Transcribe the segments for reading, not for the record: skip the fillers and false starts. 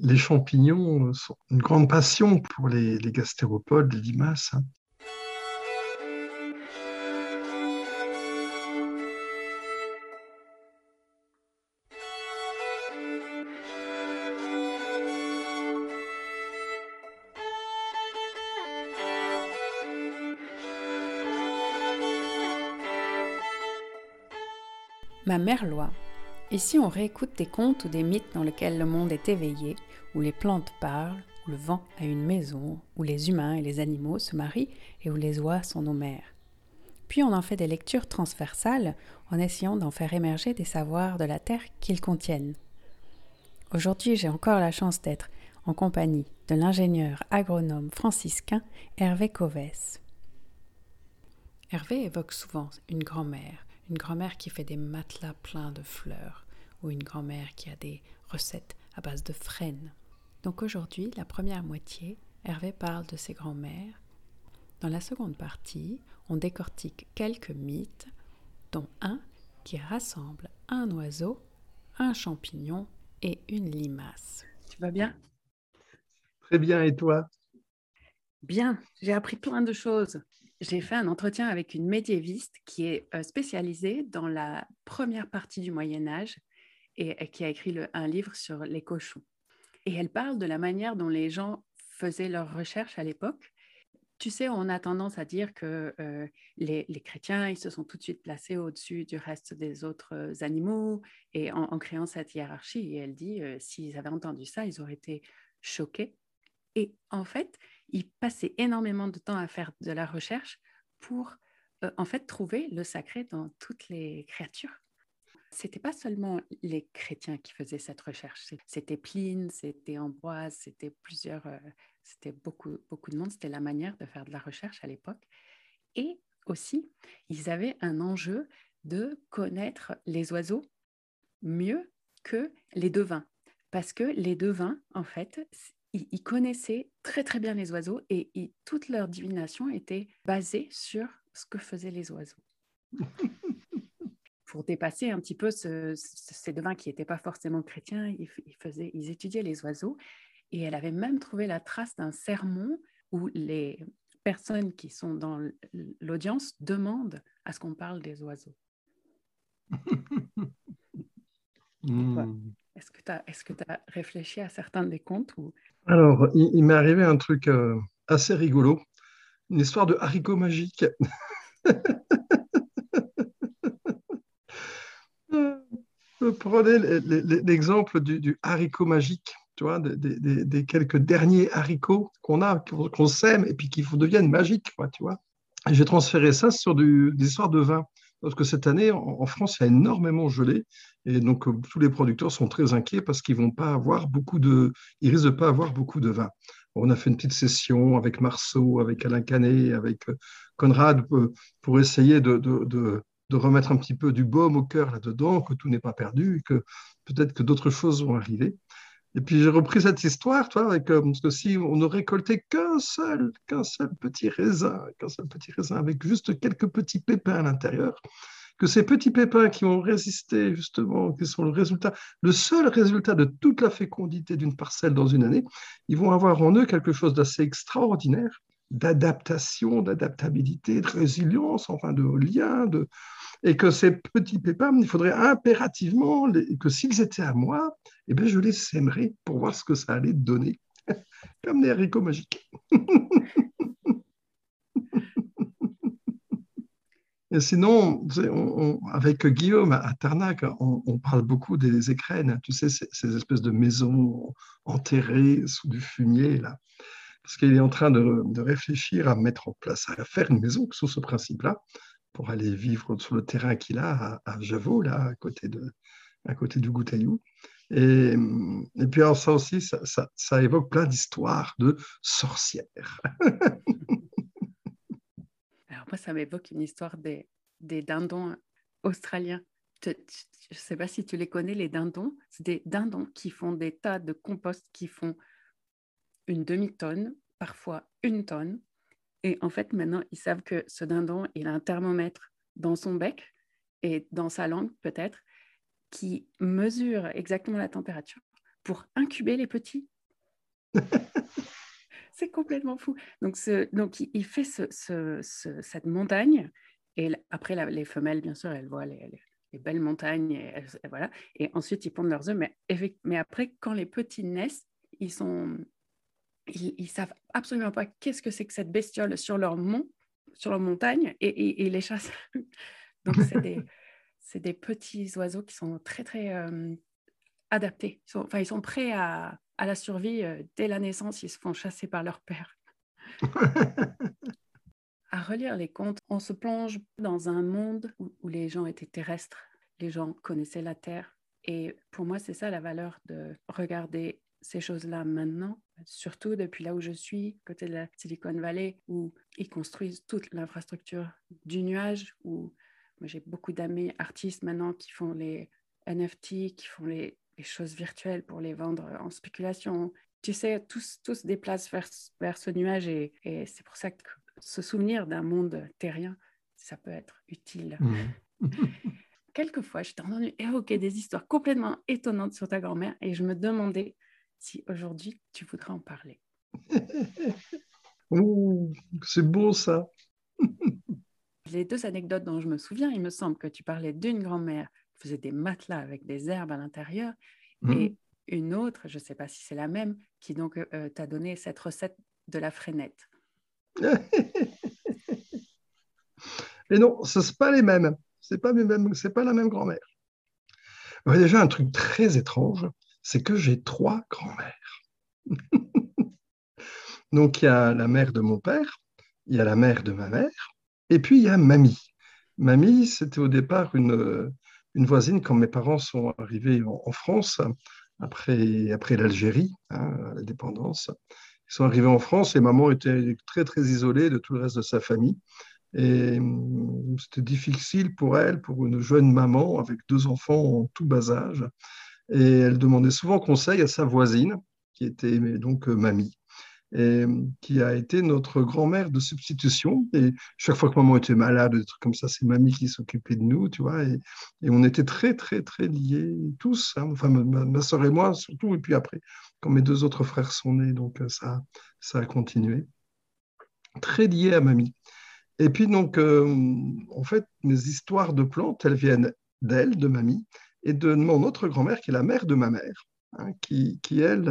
les champignons sont une grande passion pour les gastéropodes, les limaces, hein. Ma mère loi. Ici, on réécoute des contes ou des mythes dans lesquels le monde est éveillé, où les plantes parlent, où le vent a une maison, où les humains et les animaux se marient et où les oies sont nos mères. Puis on en fait des lectures transversales en essayant d'en faire émerger des savoirs de la terre qu'ils contiennent. Aujourd'hui, j'ai encore la chance d'être en compagnie de l'ingénieur agronome franciscain Hervé Covès. Hervé évoque souvent une grand-mère qui fait des matelas pleins de fleurs, ou une grand-mère qui a des recettes à base de frênes. Donc aujourd'hui, la première moitié, Hervé parle de ses grands-mères. Dans la seconde partie, on décortique quelques mythes, dont un qui rassemble un oiseau, un champignon et une limace. Tu vas bien ? Très bien, et toi? Bien, j'ai appris plein de choses. J'ai fait un entretien avec une médiéviste qui est spécialisée dans la première partie du Moyen Âge et qui a écrit un livre sur les cochons. Et elle parle de la manière dont les gens faisaient leurs recherches à l'époque. Tu sais, on a tendance à dire que les chrétiens, ils se sont tout de suite placés au-dessus du reste des autres animaux et en créant cette hiérarchie. Et elle dit, s'ils avaient entendu ça, ils auraient été choqués. Et en fait, ils passaient énormément de temps à faire de la recherche pour en fait trouver le sacré dans toutes les créatures. C'était pas seulement les chrétiens qui faisaient cette recherche. C'était Pline, c'était Ambroise, c'était beaucoup de monde. C'était la manière de faire de la recherche à l'époque. Et aussi, ils avaient un enjeu de connaître les oiseaux mieux que les devins. Parce que les devins, en fait, ils connaissaient très très bien les oiseaux et toute leur divination était basée sur ce que faisaient les oiseaux. Pour dépasser un petit peu ces devins qui n'étaient pas forcément chrétiens, ils étudiaient les oiseaux et elle avait même trouvé la trace d'un sermon où les personnes qui sont dans l'audience demandent à ce qu'on parle des oiseaux. Et toi, Hmm. est-ce que tu as réfléchi à certains des contes ou... Alors, il m'est arrivé un truc assez rigolo, une histoire de haricots magiques. Prenez l'exemple du haricot magique, tu vois, des quelques derniers haricots qu'on a, qu'on sème et puis qui deviennent magiques, quoi, tu vois. Et j'ai transféré ça sur des histoires de vin. Parce que cette année, en France, il y a énormément gelé. Et donc, tous les producteurs sont très inquiets parce qu'ils vont pas avoir ils risquent de pas avoir beaucoup de vin. On a fait une petite session avec Marceau, avec Alain Canet, avec Conrad, pour essayer de remettre un petit peu du baume au cœur là-dedans, que tout n'est pas perdu, et que peut-être que d'autres choses vont arriver. Et puis j'ai repris cette histoire, toi, parce que si on ne récoltait qu'un seul petit raisin avec juste quelques petits pépins à l'intérieur, que ces petits pépins qui ont résisté justement, qui sont le seul résultat de toute la fécondité d'une parcelle dans une année, ils vont avoir en eux quelque chose d'assez extraordinaire, d'adaptation, d'adaptabilité, de résilience, enfin de lien, et que ces petits pépins, il faudrait impérativement que s'ils étaient à moi, eh bien, je les sèmerais pour voir ce que ça allait donner, comme des haricots magiques. Et sinon, tu sais, avec Guillaume à Tarnac, on parle beaucoup des écrennes, tu sais, ces espèces de maisons enterrées sous du fumier, là. Parce qu'il est en train de réfléchir à mettre en place, à faire une maison sous ce principe-là, pour aller vivre sur le terrain qu'il a à Javot, là, à côté du Goutaillou. Et puis alors ça aussi, ça évoque plein d'histoires de sorcières. Alors moi, ça m'évoque une histoire des dindons australiens. Je ne sais pas si tu les connais, les dindons. C'est des dindons qui font des tas de compost qui font une demi-tonne, parfois une tonne. Et en fait, maintenant, ils savent que ce dindon, il a un thermomètre dans son bec et dans sa langue peut-être, qui mesure exactement la température pour incuber les petits. C'est complètement fou. Donc, il fait cette montagne. Et après, les femelles, bien sûr, elles voient les belles montagnes. Et voilà. Et ensuite, ils pondent leurs œufs. Mais après, quand les petits naissent, ils savent absolument pas qu'est-ce que c'est que cette bestiole sur leur montagne. Et ils les chassent. Donc, c'est des petits oiseaux qui sont très, très adaptés. Ils sont prêts à la survie. Dès la naissance, ils se font chasser par leur père. À relire les contes, on se plonge dans un monde où les gens étaient terrestres, les gens connaissaient la Terre. Et pour moi, c'est ça la valeur de regarder ces choses-là maintenant, surtout depuis là où je suis, côté de la Silicon Valley, où ils construisent toute l'infrastructure du nuage, où moi, j'ai beaucoup d'amis artistes maintenant qui font les NFT, qui font les choses virtuelles pour les vendre en spéculation. Tu sais, tout se déplace vers ce nuage et c'est pour ça que se souvenir d'un monde terrien, ça peut être utile. Quelquefois, je t'ai entendu évoquer des histoires complètement étonnantes sur ta grand-mère et je me demandais si aujourd'hui tu voudrais en parler. Ouh, c'est beau ça. Les 2 anecdotes dont je me souviens, il me semble que tu parlais d'une grand-mère qui faisait des matelas avec des herbes à l'intérieur et une autre, je ne sais pas si c'est la même, qui donc t'a donné cette recette de la frénette. Mais non, ce n'est pas les mêmes. C'est pas la même grand-mère. Ouais, déjà, un truc très étrange, c'est que j'ai 3 grand-mères. Donc, il y a la mère de mon père, il y a la mère de ma mère, et puis il y a mamie. Mamie, c'était au départ une voisine quand mes parents sont arrivés en France, après l'Algérie, hein, l'indépendance. Ils sont arrivés en France et maman était très, très isolée de tout le reste de sa famille. Et c'était difficile pour elle, pour une jeune maman avec 2 enfants en tout bas âge. Et elle demandait souvent conseil à sa voisine, qui était donc mamie, et qui a été notre grand-mère de substitution. Et chaque fois que maman était malade, des trucs comme ça, c'est mamie qui s'occupait de nous, tu vois. Et on était très, très, très liés tous, hein. Enfin, ma soeur et moi surtout, et puis après, quand mes 2 autres frères sont nés, donc ça a continué. Très liés à mamie. Et puis donc, en fait, mes histoires de plantes, elles viennent d'elle, de mamie, et de mon autre grand-mère, qui est la mère de ma mère, hein, qui elle,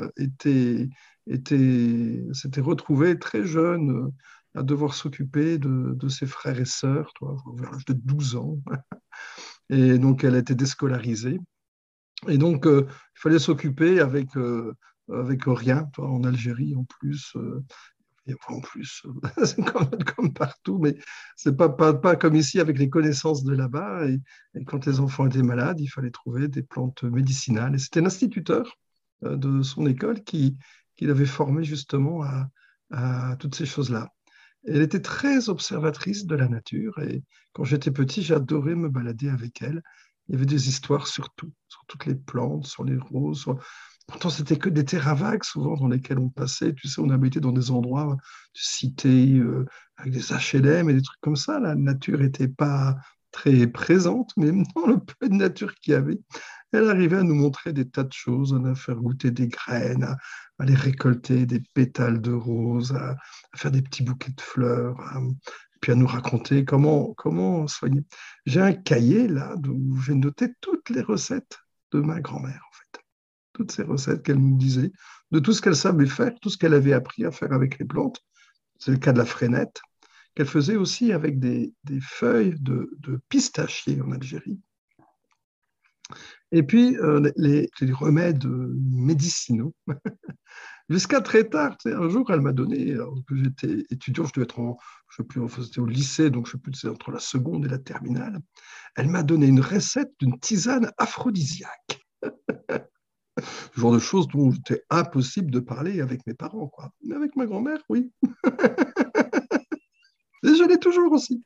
s'était retrouvée très jeune à devoir s'occuper de ses frères et sœurs, toi, vers l'âge de 12 ans. Et donc, elle a été déscolarisée. Et donc, il fallait s'occuper avec rien, toi, en Algérie en plus. Et enfin, en plus, c'est comme partout, mais c'est pas comme ici avec les connaissances de là-bas. Et quand les enfants étaient malades, il fallait trouver des plantes médicinales. Et c'était l'instituteur de son école qui l'avait formé justement à toutes ces choses-là. Elle était très observatrice de la nature et quand j'étais petit, j'adorais me balader avec elle. Il y avait des histoires sur tout, sur toutes les plantes, sur les roses. Pourtant, c'était que des terrains vagues souvent dans lesquels on passait. Tu sais, on habitait dans des endroits de cités avec des HLM et des trucs comme ça. La nature n'était pas très présente, mais dans le peu de nature qu'il y avait, elle arrivait à nous montrer des tas de choses, à nous faire goûter des graines, à les récolter, des pétales de roses, à faire des petits bouquets de fleurs, puis à nous raconter comment soigner. J'ai un cahier là où j'ai noté toutes les recettes de ma grand-mère, en fait. Toutes ces recettes qu'elle nous disait, de tout ce qu'elle savait faire, tout ce qu'elle avait appris à faire avec les plantes. C'est le cas de la frénette, qu'elle faisait aussi avec des feuilles de pistachier en Algérie. Et puis, les remèdes médicinaux. Jusqu'à très tard, tu sais, un jour, elle m'a donné, alors que j'étais étudiant, je devais être je sais plus, enfin, c'était au lycée, donc je sais plus, c'est entre la seconde et la terminale. Elle m'a donné une recette d'une tisane aphrodisiaque. Ce genre de choses dont c'était impossible de parler avec mes parents, quoi. Mais avec ma grand-mère, oui. Et je l'ai toujours aussi.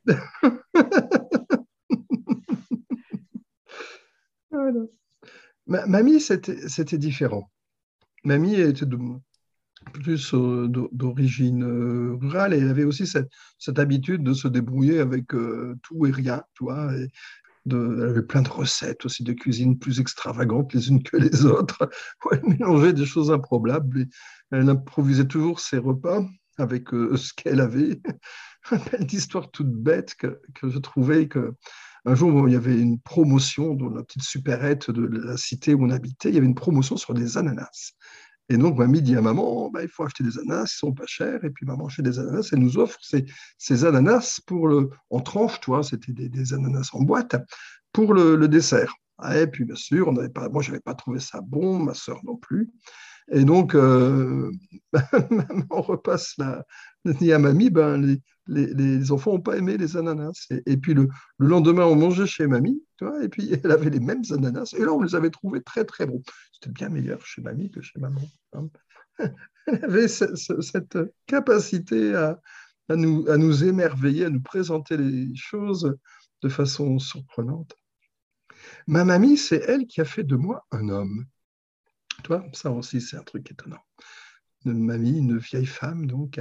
Voilà. Mamie, c'était différent. Mamie était plus d'origine rurale et elle avait aussi cette habitude de se débrouiller avec tout et rien, tu vois. Et Elle avait plein de recettes aussi de cuisine plus extravagantes les unes que les autres. Elle mélangeait des choses improbables. Et elle improvisait toujours ses repas avec ce qu'elle avait. Une histoire toute bête que je trouvais que un jour, il y avait une promotion dans la petite supérette de la cité où on habitait. Il y avait une promotion sur des ananas. Et donc, mamie dit à maman, bah, il faut acheter des ananas, ils sont pas chers. Et puis, maman achète des ananas, elle nous offre ces ananas en tranches, tu vois, c'était des ananas en boîte, pour le dessert. Et puis, bien sûr, moi, je n'avais pas trouvé ça bon, ma soeur non plus. Et donc, maman repasse dit à mamie, ben, les enfants n'ont pas aimé les ananas. Et puis, le lendemain, on mangeait chez mamie, tu vois, et puis elle avait les mêmes ananas. Et là, on les avait trouvés très, très bons. C'était bien meilleur chez mamie que chez maman, hein. Elle avait cette capacité à nous émerveiller, à nous présenter les choses de façon surprenante. Ma mamie, c'est elle qui a fait de moi un homme. Tu vois, ça aussi, c'est un truc étonnant. Une mamie, une vieille femme, donc.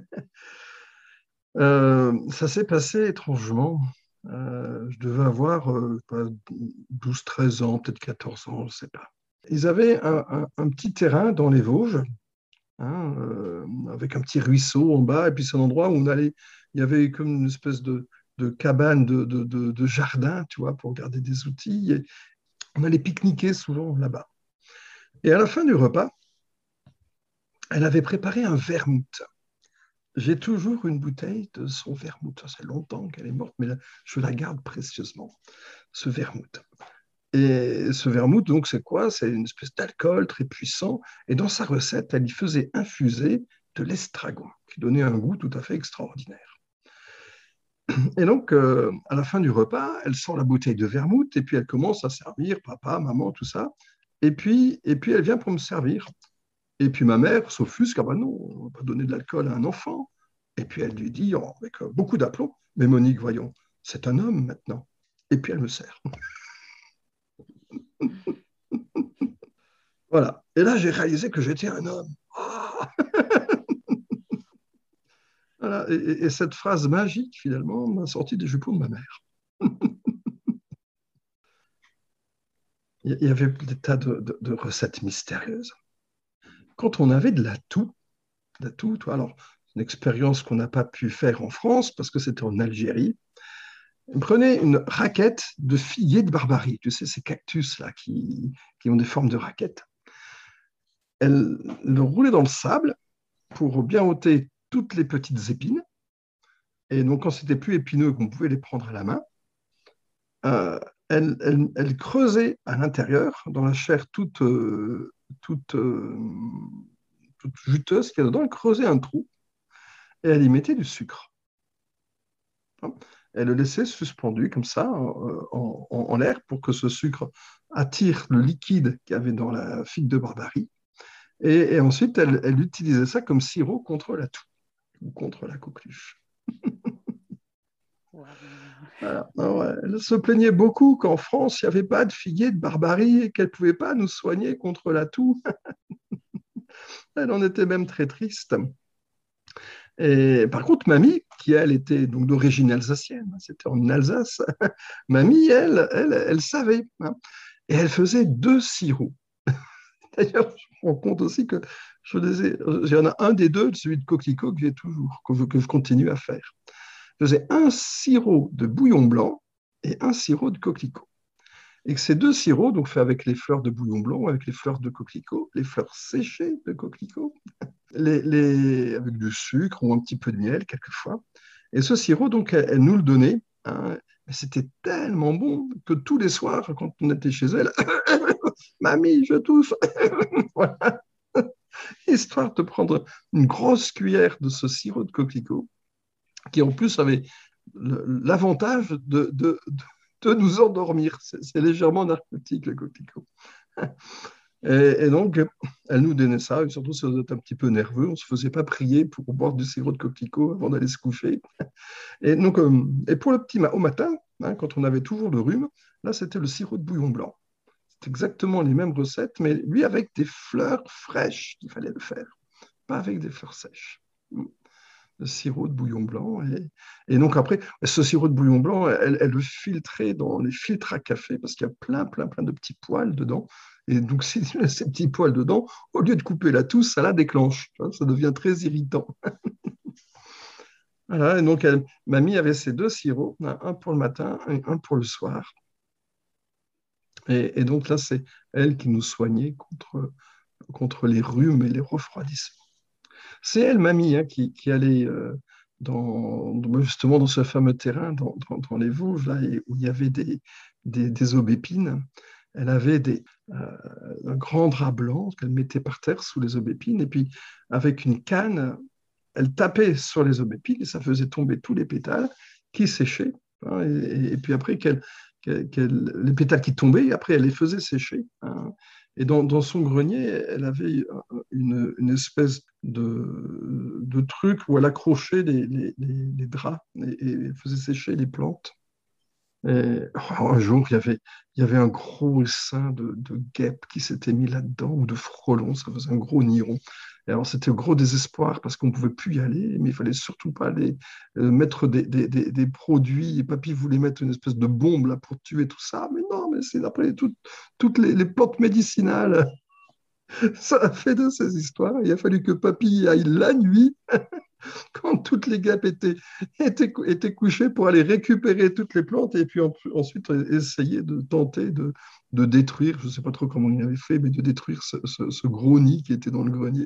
Ça s'est passé étrangement. Je devais avoir 12-13 ans, peut-être 14 ans, je ne sais pas. Ils avaient un petit terrain dans les Vosges, hein, avec un petit ruisseau en bas, et puis c'est un endroit où on allait, il y avait comme une espèce de cabane, de jardin, tu vois, pour garder des outils, et on allait pique-niquer souvent là-bas. Et à la fin du repas, elle avait préparé un vermouth. J'ai toujours une bouteille de son vermouth. Ça fait longtemps qu'elle est morte, mais là, je la garde précieusement, ce vermouth. Et ce vermouth, donc, c'est quoi? C'est une espèce d'alcool très puissant. Et dans sa recette, elle y faisait infuser de l'estragon, qui donnait un goût tout à fait extraordinaire. Et donc, à la fin du repas, elle sort la bouteille de vermouth et puis elle commence à servir papa, maman, tout ça. Et puis elle vient pour me servir. Et puis ma mère s'offusque, ah ben non, on ne va pas donner de l'alcool à un enfant. Et puis elle lui dit, avec beaucoup d'aplomb, mais Monique, voyons, c'est un homme maintenant. Et puis elle me sert. Voilà. Et là, j'ai réalisé que j'étais un homme. Ah. Voilà. Et cette phrase magique, finalement, m'a sorti des jupons de ma mère. Il y avait des tas de recettes mystérieuses. Quand on avait de l'atout, toi, alors, c'est une expérience qu'on n'a pas pu faire en France parce que c'était en Algérie. Prenez une raquette de figuier de Barbarie, tu sais, ces cactus-là qui ont des formes de raquettes. Elle le roulait dans le sable pour bien ôter toutes les petites épines. Et donc, quand c'était plus épineux, qu'on pouvait les prendre à la main, euh, elle creusait à l'intérieur, dans la chair toute, euh, toute juteuse qu'il y a dedans, elle creusait un trou et elle y mettait du sucre. Elle le laissait suspendu comme ça en l'air pour que ce sucre attire le liquide qu'il y avait dans la figue de Barbarie. Et ensuite, elle utilisait ça comme sirop contre la toux ou contre la coqueluche. Wow. Voilà. Ah ouais. Elle se plaignait beaucoup qu'en France, il n'y avait pas de figuier de Barbarie et qu'elle ne pouvait pas nous soigner contre la toux. Elle en était même très triste. Et par contre, mamie, qui elle était donc d'origine alsacienne, c'était en Alsace, mamie, elle savait, hein. Et elle faisait 2 sirops. D'ailleurs, je me rends compte aussi que il y en a un des deux, celui de coquelicot, que j'ai toujours, que je continue à faire. Je faisais un sirop de bouillon blanc et un sirop de coquelicot. Et que ces 2 sirops, donc faits avec les fleurs de bouillon blanc, avec les fleurs de coquelicot, les fleurs séchées de coquelicot, avec du sucre ou un petit peu de miel quelquefois. Et ce sirop, donc, elle nous le donnait, hein. Mais c'était tellement bon que tous les soirs, quand on était chez elle, mamie, je tousse. Voilà. Histoire de prendre une grosse cuillère de ce sirop de coquelicot, qui en plus avait l'avantage de nous endormir. C'est légèrement narcotique, le coquelicot. Et donc, elle nous donnait ça, et surtout si on était un petit peu nerveux, on ne se faisait pas prier pour boire du sirop de coquelicot avant d'aller se coucher. Et, donc, et pour le au matin, hein, quand on avait toujours le rhume, là, c'était le sirop de bouillon blanc. C'est exactement les mêmes recettes, mais lui avec des fleurs fraîches qu'il fallait le faire, pas avec des fleurs sèches. sirop de bouillon blanc. Et donc après, ce sirop de bouillon blanc, elle le filtrait dans les filtres à café parce qu'il y a plein de petits poils dedans. Et donc, si tu laisses ces petits poils dedans, au lieu de couper la tousse, ça la déclenche. Ça devient très irritant. Voilà, et donc, mamie avait ces deux sirops, un pour le matin et un pour le soir. Et donc là, c'est elle qui nous soignait contre les rhumes et les refroidissements. C'est elle, mamie, hein, qui allait justement dans ce fameux terrain, dans les Vosges, là, où il y avait des aubépines. Elle avait un grand drap blanc qu'elle mettait par terre sous les aubépines, et puis avec une canne, elle tapait sur les aubépines et ça faisait tomber tous les pétales qui séchaient. Hein, et puis après, les pétales qui tombaient, et après, elle les faisait sécher. Hein. Et dans son grenier, elle avait une espèce de truc où elle accrochait les draps et elle faisait sécher les plantes. Et un jour, il y avait un gros essaim de guêpes qui s'était mis là-dedans, ou de frelons, ça faisait un gros niron. Et alors, c'était un gros désespoir parce qu'on ne pouvait plus y aller, mais il fallait surtout pas aller mettre des produits. Et papy voulait mettre une espèce de bombe là pour tuer tout ça. Mais non, mais c'est après toutes les plantes médicinales. Ça a fait de ces histoires. Il a fallu que papy aille la nuit quand toutes les guêpes étaient couchées pour aller récupérer toutes les plantes et puis ensuite essayer de tenter de détruire, je ne sais pas trop comment il avait fait, mais de détruire ce gros nid qui était dans le grenier.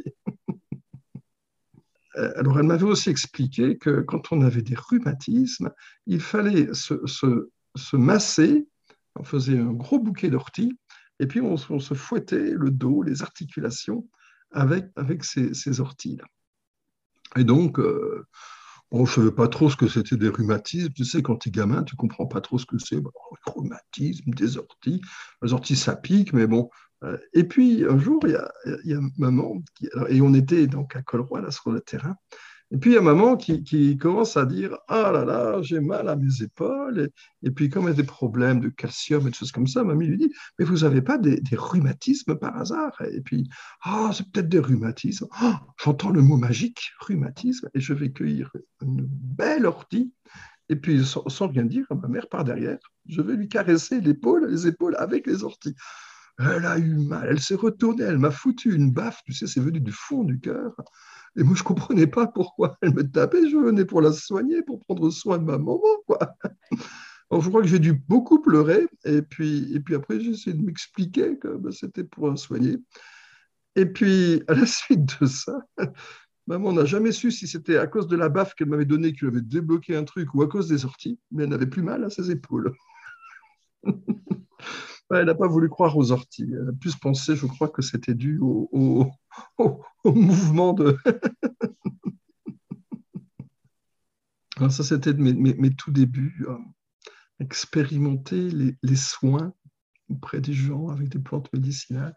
Alors, elle m'avait aussi expliqué que quand on avait des rhumatismes, il fallait se masser, on faisait un gros bouquet d'ortie, et puis on se fouettait le dos, les articulations avec ces orties-là. Et donc, on ne savait pas trop ce que c'était des rhumatismes. Tu sais, quand tu es gamin, tu ne comprends pas trop ce que c'est. Bon, rhumatisme, des orties. Les orties, ça pique, mais bon. Et puis, un jour, il y a maman, et on était donc à Colroy, là, sur le terrain. Et puis, il y a maman qui commence à dire, ah là là, j'ai mal à mes épaules. Et puis, comme il y a des problèmes de calcium et de choses comme ça, mamie lui dit, mais vous n'avez pas des rhumatismes par hasard? Et puis, ah, c'est peut-être des rhumatismes. Ah, j'entends le mot magique, rhumatisme, et je vais cueillir une belle ortie. Et puis, sans rien dire, ma mère part derrière. Je vais lui caresser les épaules avec les orties. Elle a eu mal, elle s'est retournée, elle m'a foutu une baffe, tu sais, c'est venu du fond du cœur. Et moi, je ne comprenais pas pourquoi elle me tapait, je venais pour la soigner, pour prendre soin de ma maman, quoi. Alors, je crois que j'ai dû beaucoup pleurer, et puis après, j'ai essayé de m'expliquer que ben, c'était pour la soigner. Et puis, à la suite de ça, maman n'a jamais su si c'était à cause de la baffe qu'elle m'avait donnée, qui lui avait débloqué un truc, ou à cause des orties, mais elle n'avait plus mal à ses épaules. Ouais, elle n'a pas voulu croire aux orties. Elle a plus pensé, je crois, que c'était dû au mouvement de. Alors ça, c'était de mes tout débuts. Expérimenter les soins auprès des gens avec des plantes médicinales.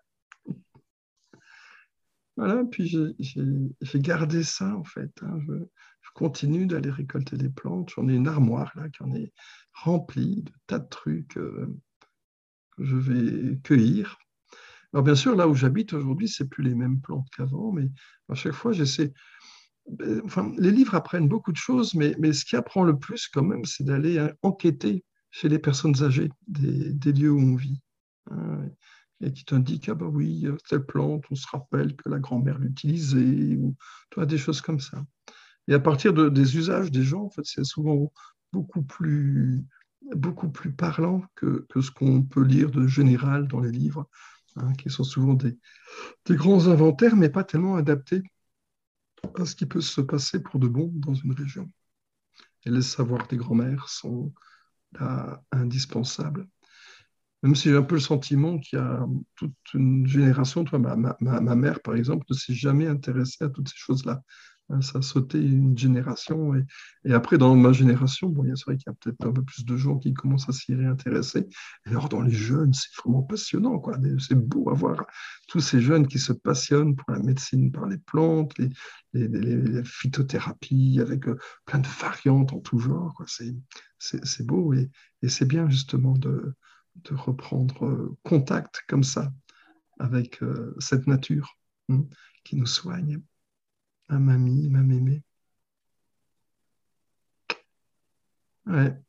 Voilà, puis j'ai gardé ça, en fait. Hein. Je continue d'aller récolter des plantes. J'en ai une armoire, là, qui en est remplie de tas de trucs que je vais cueillir. Alors bien sûr, là où j'habite aujourd'hui, c'est plus les mêmes plantes qu'avant, mais à chaque fois, j'essaie. Enfin, les livres apprennent beaucoup de choses, mais ce qui apprend le plus quand même, c'est d'aller enquêter chez les personnes âgées des lieux où on vit. Hein, et qui t'indiquent, ah bah oui, telle plante, on se rappelle que la grand-mère l'utilisait, ou toi, des choses comme ça. Et à partir des usages des gens, en fait, c'est souvent beaucoup plus, beaucoup plus parlant que ce qu'on peut lire de général dans les livres, hein, qui sont souvent des grands inventaires, mais pas tellement adaptés à ce qui peut se passer pour de bon dans une région. Et les savoirs des grands-mères sont là indispensables. Même si j'ai un peu le sentiment qu'il y a toute une génération, toi, ma mère, par exemple, ne s'est jamais intéressée à toutes ces choses-là. Hein, ça a sauté une génération. Et après, dans ma génération, bon, c'est vrai qu'il y a peut-être un peu plus de gens qui commencent à s'y réintéresser. Et alors, dans les jeunes, c'est vraiment passionnant, quoi. C'est beau à voir tous ces jeunes qui se passionnent pour la médecine par les plantes, les phytothérapies, avec plein de variantes en tout genre, quoi. C'est beau et c'est bien, justement, de reprendre contact comme ça avec cette nature qui nous soigne, ma mamie, ma mémé. Ouais.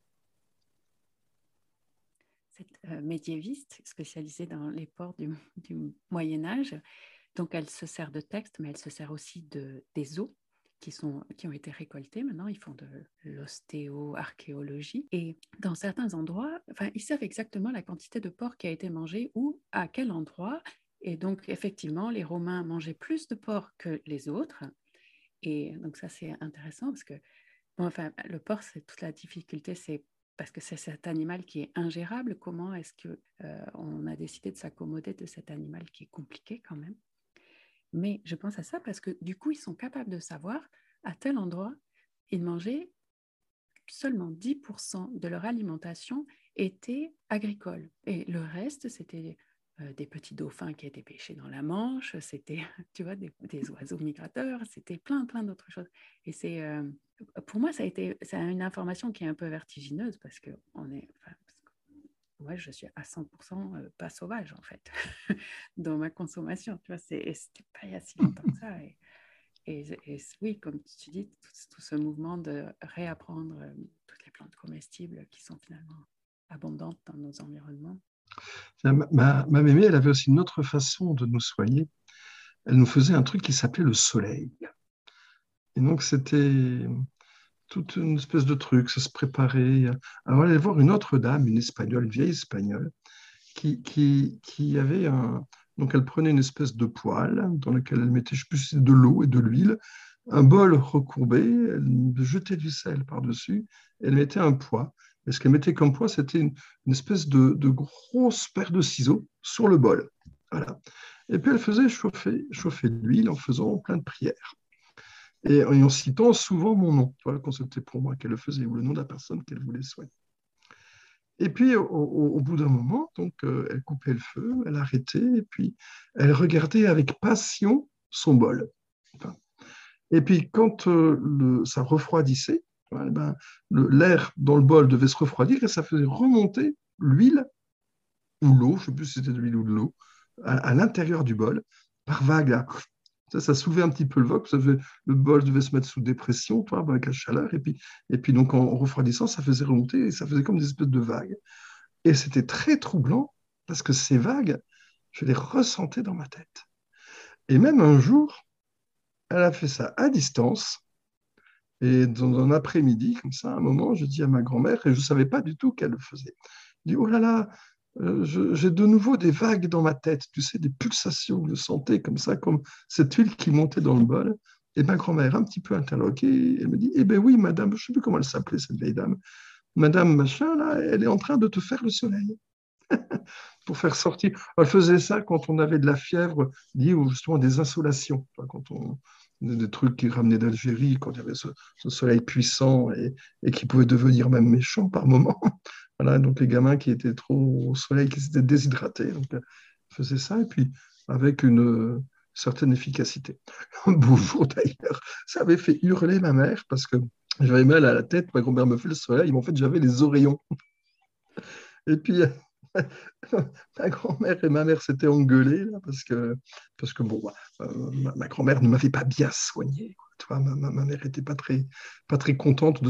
Cette médiéviste spécialisée dans les ports du Moyen Âge. Donc, elle se sert de textes, mais elle se sert aussi des os qui ont été récoltés. Maintenant, ils font de l'ostéo-archéologie. Et dans certains endroits, enfin, ils savent exactement la quantité de porc qui a été mangé ou à quel endroit. Et donc, effectivement, les Romains mangeaient plus de porc que les autres. Et donc, ça, c'est intéressant parce que, bon, enfin, le porc, c'est toute la difficulté, c'est parce que c'est cet animal qui est ingérable. Comment est-ce que on a décidé de s'accommoder de cet animal qui est compliqué quand même? Mais je pense à ça parce que du coup, ils sont capables de savoir à tel endroit, ils mangeaient seulement 10% de leur alimentation était agricole. Et le reste, c'était des petits dauphins qui étaient pêchés dans la Manche, c'était, tu vois, des oiseaux migrateurs, c'était plein d'autres choses. Et pour moi, c'est une information qui est un peu vertigineuse parce que moi, je suis à 100% pas sauvage, en fait, dans ma consommation. Tu vois, c'était pas il y a si longtemps que ça. Et oui, comme tu dis, tout ce mouvement de réapprendre toutes les plantes comestibles qui sont finalement abondantes dans nos environnements. Ma mémé, elle avait aussi une autre façon de nous soigner. Elle nous faisait un truc qui s'appelait le soleil. Et donc, c'était toute une espèce de truc, ça se préparait. Alors, elle allait voir une autre dame, une espagnole, une vieille espagnole, qui avait un. Donc, elle prenait une espèce de poêle dans lequel elle mettait, je ne sais plus si c'était de l'eau et de l'huile, un bol recourbé, elle jetait du sel par-dessus, elle mettait un poids. Et ce qu'elle mettait comme poids, c'était une espèce de grosse paire de ciseaux sur le bol. Voilà. Et puis, elle faisait chauffer de l'huile en faisant plein de prières. Et en citant souvent mon nom, voilà, quand c'était pour moi qu'elle le faisait, ou le nom de la personne qu'elle voulait soigner. Et puis, au bout d'un moment, donc, elle coupait le feu, elle arrêtait, et puis elle regardait avec passion son bol. Enfin, et puis, quand ça refroidissait, eh ben, l'air dans le bol devait se refroidir et ça faisait remonter l'huile ou l'eau, je ne sais plus si c'était de l'huile ou de l'eau, à l'intérieur du bol, par vagues. Là. Ça soulevait un petit peu le wok, le bol devait se mettre sous dépression, toi, avec la chaleur, et puis donc en refroidissant, ça faisait remonter et ça faisait comme des espèces de vagues. Et c'était très troublant parce que ces vagues, je les ressentais dans ma tête. Et même un jour, elle a fait ça à distance. Et dans un après-midi, comme ça, à un moment, je dis à ma grand-mère, et je ne savais pas du tout qu'elle le faisait. Je dis, oh là là, j'ai de nouveau des vagues dans ma tête, tu sais, des pulsations, je sentais comme ça, comme cette huile qui montait dans le bol. Et ma grand-mère, un petit peu interloquée, elle me dit, eh bien oui, madame, je ne sais plus comment elle s'appelait, cette vieille dame, madame machin, là, elle est en train de te faire le soleil pour faire sortir. Elle faisait ça quand on avait de la fièvre liée justement à des insolations, quand on des trucs qui ramenaient d'Algérie, quand il y avait ce soleil puissant et qui pouvait devenir même méchant par moments. Voilà, donc les gamins qui étaient trop au soleil, qui s'étaient déshydratés, donc faisaient ça, et puis avec une certaine efficacité. Un beau jour d'ailleurs, ça avait fait hurler ma mère parce que j'avais mal à la tête, ma grand-mère me fait le soleil, mais en fait j'avais les oreillons. Et puis, ma grand-mère et ma mère s'étaient engueulées là, parce que bon, ma grand-mère ne m'avait pas bien soigné. Quoi. Tu vois, ma mère n'était pas très contente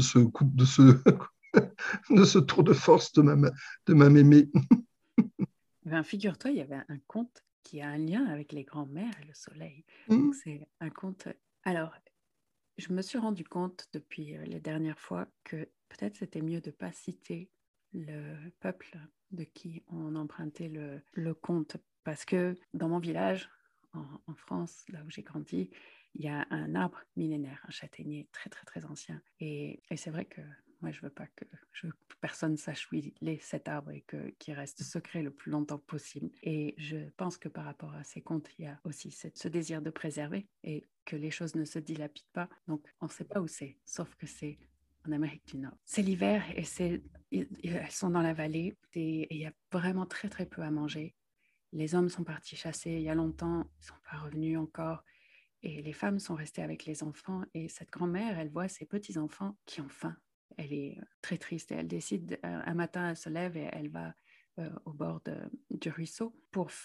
de ce tour de force de ma mémé. Ben, figure-toi, il y avait un conte qui a un lien avec les grands-mères et le soleil. Donc, Hum, c'est un conte. Alors, je me suis rendu compte depuis les dernières fois que peut-être c'était mieux de ne pas citer le peuple de qui on empruntait le conte. Parce que dans mon village, en France, là où j'ai grandi, il y a un arbre millénaire, un châtaignier très, très, très ancien. Et c'est vrai que moi, je veux que personne sache où il est cet arbre et qu'il reste secret le plus longtemps possible. Et je pense que par rapport à ces contes, il y a aussi ce désir de préserver et que les choses ne se dilapident pas. Donc, on ne sait pas où c'est, sauf que c'est en Amérique du Nord. C'est l'hiver et elles sont dans la vallée et il y a vraiment très, très peu à manger. Les hommes sont partis chasser il y a longtemps, ils ne sont pas revenus encore. Et les femmes sont restées avec les enfants. Et cette grand-mère, elle voit ses petits-enfants qui ont faim. Elle est très triste et elle décide, un matin, elle se lève et elle va au bord du ruisseau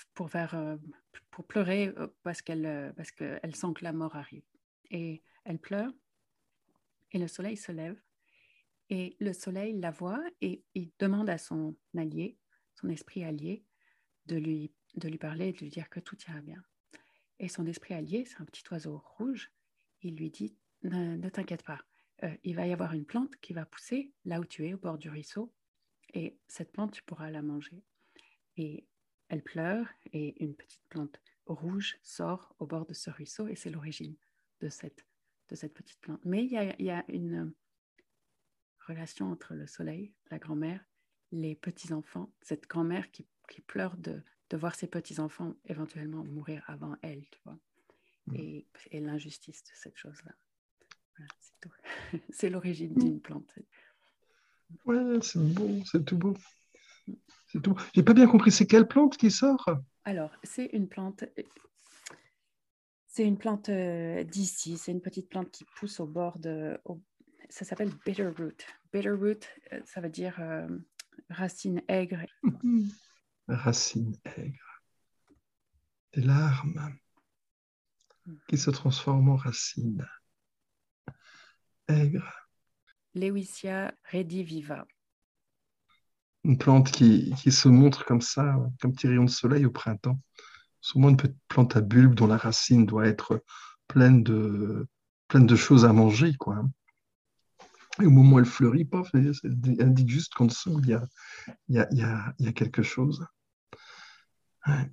pour pleurer parce qu'elle sent que la mort arrive. Et elle pleure et le soleil se lève Et le soleil la voit et il demande à son allié, son esprit allié, de lui parler et de lui dire que tout ira bien. Et son esprit allié, c'est un petit oiseau rouge, il lui dit, ne t'inquiète pas, il va y avoir une plante qui va pousser là où tu es, au bord du ruisseau, et cette plante, tu pourras la manger. Et elle pleure, et une petite plante rouge sort au bord de ce ruisseau, et c'est l'origine de cette petite plante. Mais il y a une relation entre le soleil, la grand-mère, les petits-enfants, cette grand-mère qui pleure de voir ses petits-enfants éventuellement mourir avant elle, tu vois, et l'injustice de cette chose-là. Voilà, c'est tout. C'est l'origine d'une plante. Ouais, c'est beau, c'est tout beau. C'est tout. J'ai pas bien compris, c'est quelle plante qui sort? Alors, c'est une plante d'ici, c'est une petite plante qui pousse au bord ça s'appelle bitterroot. Bitterroot, ça veut dire racine aigre. Racine aigre. Des larmes qui se transforment en racines aigres. Lewisia rediviva. Une plante qui se montre comme ça, comme petit rayon de soleil au printemps. Souvent une petite plante à bulbe dont la racine doit être pleine de, pleine de choses à manger, quoi, hein. Et au moment où elle fleurit, paf, elle indique juste qu'en dessous, il y a quelque chose. Ouais.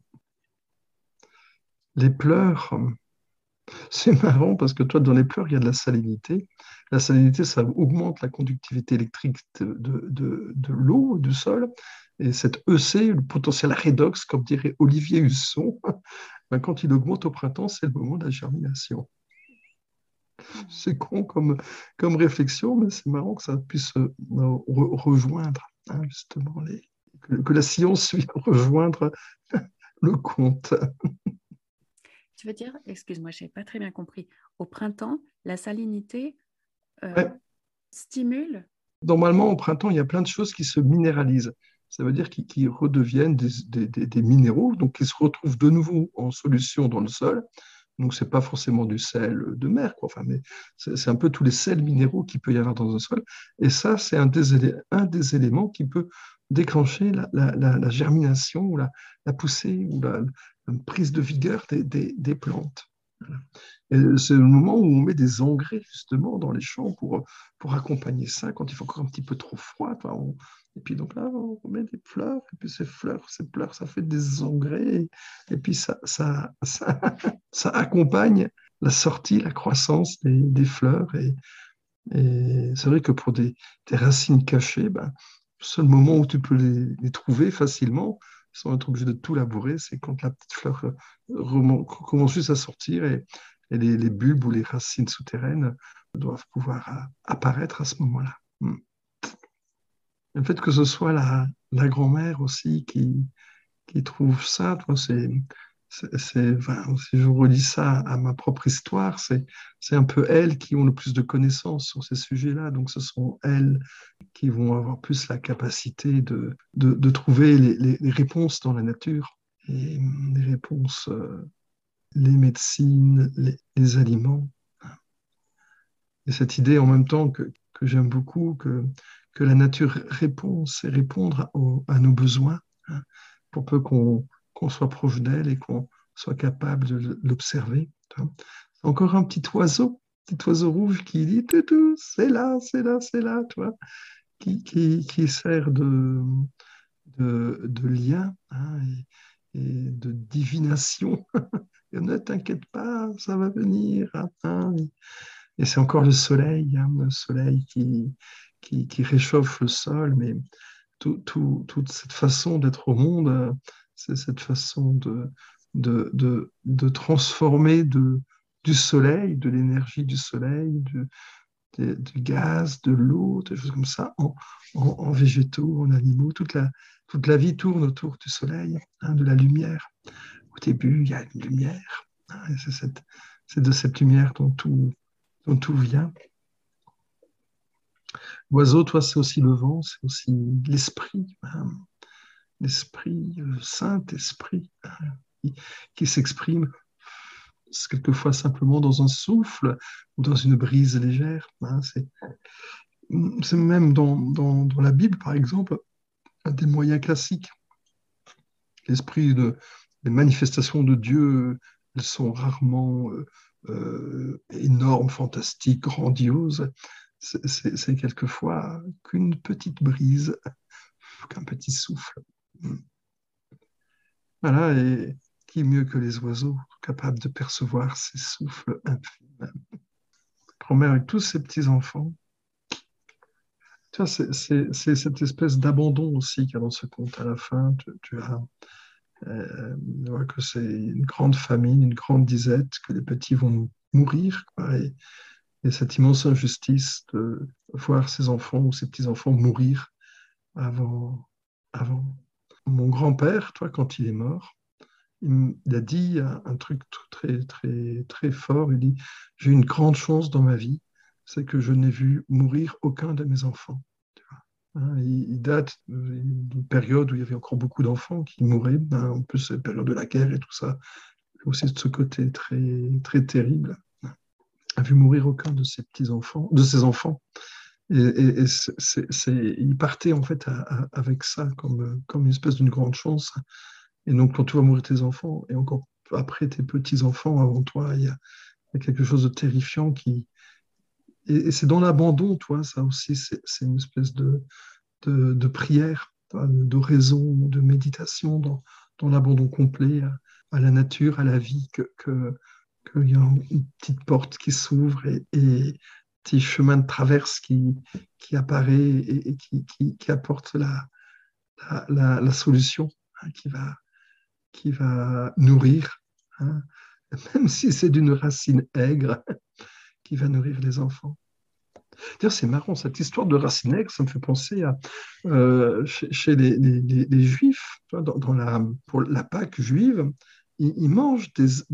Les pleurs, c'est marrant parce que toi, dans les pleurs, il y a de la salinité. La salinité, ça augmente la conductivité électrique de l'eau, du sol. Et cet EC, le potentiel redox, comme dirait Olivier Husson, ben, quand il augmente au printemps, c'est le moment de la germination. C'est con comme réflexion, mais c'est marrant que ça puisse rejoindre, hein, justement, que la science vienne rejoindre le conte. Tu veux dire, excuse-moi, je n'ai pas très bien compris. Au printemps, la salinité euh, Ouais. stimule. Normalement, au printemps, il y a plein de choses qui se minéralisent. Ça veut dire qu'ils redeviennent des minéraux, donc qui se retrouvent de nouveau en solution dans le sol. Donc, ce n'est pas forcément du sel de mer, quoi. Enfin, mais c'est un peu tous les sels minéraux qu'il peut y avoir dans un sol. Et ça, c'est un des éléments qui peut déclencher la germination ou la poussée ou la prise de vigueur des plantes. Voilà. Et c'est le moment où on met des engrais justement dans les champs pour accompagner ça quand il fait encore un petit peu trop froid. Enfin, et puis donc là, on met des fleurs, et puis ces fleurs, ça fait des engrais, et puis ça accompagne la sortie, la croissance des fleurs. Et c'est vrai que pour des racines cachées, ben, le seul moment où tu peux les trouver facilement, sans être obligé de tout labourer, c'est quand la petite fleur commence juste à sortir et les bulbes ou les racines souterraines doivent pouvoir apparaître à ce moment-là. Mm. Le fait que ce soit la grand-mère aussi qui trouve ça, toi, enfin, si je relis ça à ma propre histoire, c'est un peu elles qui ont le plus de connaissances sur ces sujets-là. Donc, ce sont elles qui vont avoir plus la capacité de trouver les réponses dans la nature et les réponses, les médecines, les aliments. Et cette idée en même temps que j'aime beaucoup, que la nature répond, c'est répondre à nos besoins, hein, pour peu qu'on soit proche d'elle et qu'on soit capable de l'observer. Hein. Encore un petit oiseau rouge qui dit toutou, c'est là, c'est là, c'est là, tu vois, qui sert de lien, hein, et de divination. Et ne t'inquiète pas, ça va venir, hein. Et c'est encore le soleil qui réchauffe le sol, mais toute cette façon d'être au monde, c'est cette façon de transformer du soleil, de l'énergie du soleil, du gaz, de l'eau, des choses comme ça, en végétaux, en animaux. Toute la vie tourne autour du soleil, hein, de la lumière. Au début, il y a une lumière, hein, et c'est de cette lumière dont tout vient. L'oiseau, toi, c'est aussi le vent, c'est aussi l'esprit, hein, l'esprit, le Saint-Esprit, hein, qui s'exprime quelquefois simplement dans un souffle ou dans une brise légère, hein. C'est même dans la Bible, par exemple, un des moyens classiques. Les manifestations de Dieu, elles sont rarement énormes, fantastiques, grandioses. C'est quelquefois qu'une petite brise, qu'un petit souffle. Voilà, et qui mieux que les oiseaux, capables de percevoir ces souffles infimes. Grand-mère avec tous ses petits-enfants. Tu vois, c'est cette espèce d'abandon aussi qu'il y a dans ce conte à la fin. Tu as on voit que c'est une grande famine, une grande disette, que les petits vont mourir, quoi, et cette immense injustice de voir ses enfants ou ses petits-enfants mourir avant, avant. Mon grand-père, toi, quand il est mort, il a dit un truc très, très, très fort. Il dit, j'ai eu une grande chance dans ma vie, c'est que je n'ai vu mourir aucun de mes enfants. Hein, il date d'une période où il y avait encore beaucoup d'enfants qui mouraient. Ben, en plus, c'est la période de la guerre et tout ça. Aussi de ce côté très, très terrible. Il n'a vu mourir aucun de ses petits-enfants, de ses enfants. Et il partait en fait avec ça comme une espèce d'une grande chance. Et donc, quand tu vas mourir tes enfants, et encore après tes petits-enfants avant toi, il y a quelque chose de terrifiant qui. Et c'est dans l'abandon, toi, ça aussi, c'est une espèce de prière, d'oraison, de méditation, dans l'abandon complet à la nature, à la vie, qu'il y a une petite porte qui s'ouvre et petit chemin de traverse qui apparaît qui apporte la solution, hein, qui va nourrir, hein, même si c'est d'une racine aigre, qui va nourrir les enfants. D'ailleurs, c'est marrant, cette histoire de racine, ça me fait penser à chez les Juifs, tu vois, pour la Pâque juive, ils mangent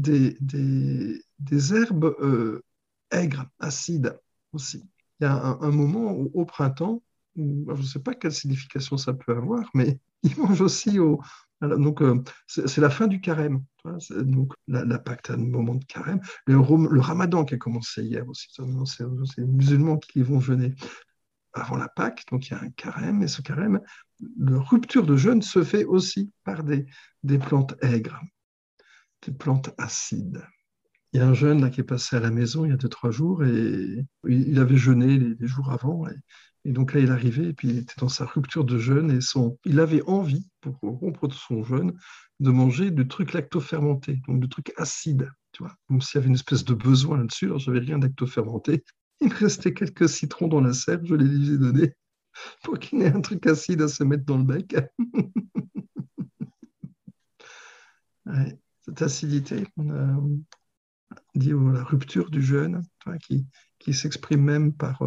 des herbes aigres, acides aussi. Il y a un moment au printemps, je ne sais pas quelle signification ça peut avoir, mais ils mangent aussi voilà, donc, c'est la fin du carême. Tu vois, donc, la Pâque, c'est un moment de carême. Le ramadan qui a commencé hier aussi, c'est les musulmans qui vont jeûner avant la Pâque, donc il y a un carême, et ce carême, la rupture de jeûne se fait aussi par des plantes aigres, des plantes acides. Il y a un jeune là, qui est passé à la maison il y a 2, 3 jours et il avait jeûné les jours avant. Et donc là, il arrivait et puis il était dans sa rupture de jeûne et il avait envie, pour rompre son jeûne, de manger du truc lactofermenté, donc du truc acide, tu vois, comme s'il y avait une espèce de besoin là-dessus. Alors, j'avais rien lactofermenté. Il me restait quelques citrons dans la serre, je les ai donnés pour qu'il ait un truc acide à se mettre dans le bec. Ouais, cette acidité, dit la rupture du jeûne, qui s'exprime même par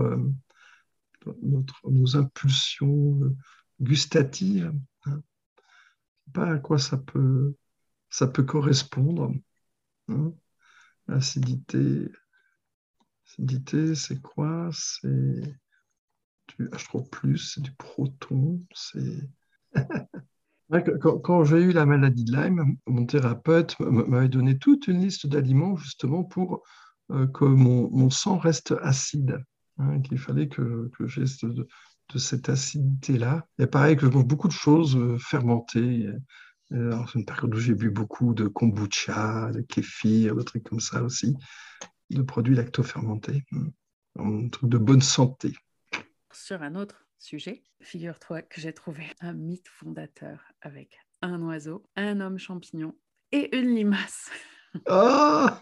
nos impulsions gustatives. Hein. Je sais pas à quoi ça peut correspondre. Hein. L'acidité, acidité, c'est quoi? C'est du H3+, c'est du proton. C'est Ouais, quand j'ai eu la maladie de Lyme, mon thérapeute m'avait donné toute une liste d'aliments justement pour que mon sang reste acide, hein, qu'il fallait que j'ai de cette acidité-là. Et pareil, que je mange beaucoup de choses fermentées. Alors, c'est une période où j'ai bu beaucoup de kombucha, de kéfir, de trucs comme ça aussi, de produits lactofermentés. Un truc de bonne santé. Sur un autre sujet, figure-toi que j'ai trouvé un mythe fondateur avec un oiseau, un homme champignon et une limace. Ah.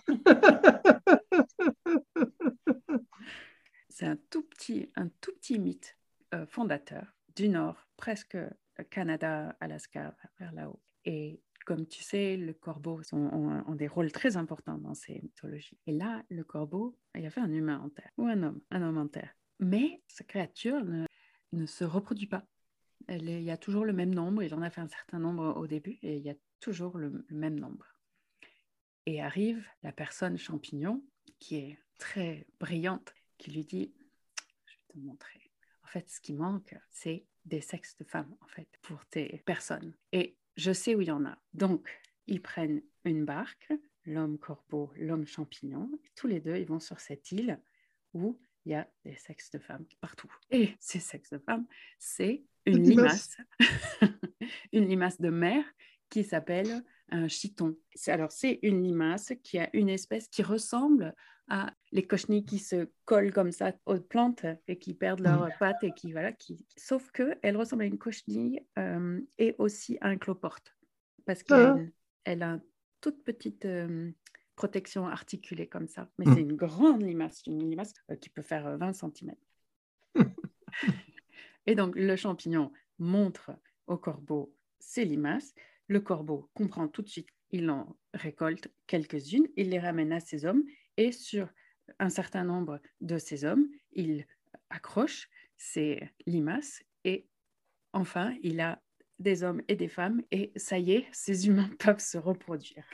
C'est un tout petit mythe fondateur du Nord, presque Canada, Alaska, vers là-haut. Et comme tu sais, le corbeau ont des rôles très importants dans ces mythologies. Et là, le corbeau, il y avait un humain en terre, ou un homme en terre. Mais cette créature ne se reproduit pas. Il y a toujours le même nombre, il en a fait un certain nombre au début, et il y a toujours le même nombre. Et arrive la personne champignon, qui est très brillante, qui lui dit, je vais te montrer. En fait, ce qui manque, c'est des sexes de femmes, en fait, pour tes personnes. Et je sais où il y en a. Donc, ils prennent une barque, l'homme corbeau, l'homme champignon, et tous les deux, ils vont sur cette île où il y a des sexes de femmes partout. Et ces sexes de femmes, c'est une limace. une limace de mer qui s'appelle un chiton. Alors, c'est une limace qui a une espèce qui ressemble à les cochenilles qui se collent comme ça aux plantes et qui perdent leurs pattes et qui, voilà, sauf qu'elle ressemble à une cochenille et aussi à un cloporte parce elle a une toute petite protection articulée comme ça. Mais c'est une grande limace, qui peut faire 20 cm. Et donc, le champignon montre au corbeau ses limaces. Le corbeau comprend tout de suite, il en récolte quelques-unes, il les ramène à ses hommes et sur un certain nombre de ces hommes, il accroche ses limaces et enfin, il a des hommes et des femmes et ça y est, ces humains peuvent se reproduire.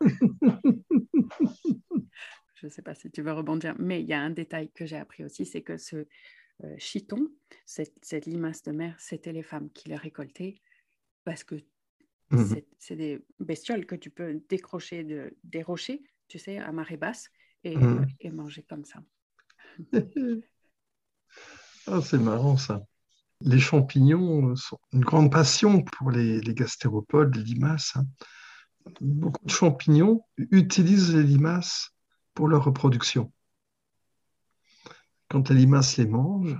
Je ne sais pas si tu veux rebondir, mais il y a un détail que j'ai appris aussi, c'est que ce chiton, cette limace de mer, c'était les femmes qui les récoltaient parce que c'est des bestioles que tu peux décrocher des rochers, tu sais, à marée basse et manger comme ça. Ah, c'est marrant ça. Les champignons sont une grande passion pour les gastéropodes, les limaces. Hein. Beaucoup de champignons utilisent les limaces pour leur reproduction. Quand les limaces les mangent,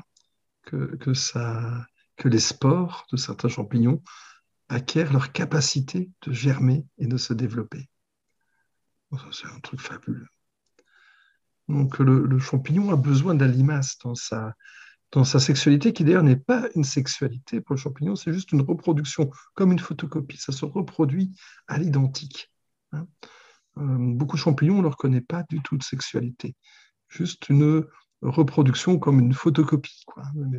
que les spores de certains champignons acquièrent leur capacité de germer et de se développer. Bon, ça, c'est un truc fabuleux. Donc le champignon a besoin de la limace dans sa sexualité, qui d'ailleurs n'est pas une sexualité pour le champignon, c'est juste une reproduction, comme une photocopie. Ça se reproduit à l'identique. Hein. Beaucoup de champignons, on ne leur connaît pas du tout de sexualité. Juste une reproduction comme une photocopie, quoi, mais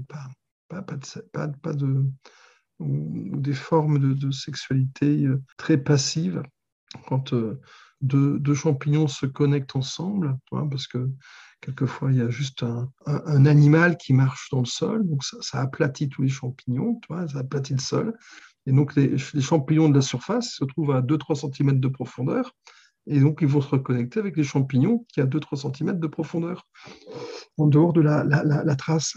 pas de, ou des formes de sexualité très passives quand deux champignons se connectent ensemble, parce que quelquefois il y a juste un animal qui marche dans le sol, donc ça aplatit tous les champignons, ça aplatit le sol, et donc les champignons de la surface se trouvent à 2-3 cm de profondeur, et donc ils vont se reconnecter avec les champignons qui à 2-3 cm de profondeur, en dehors de la trace.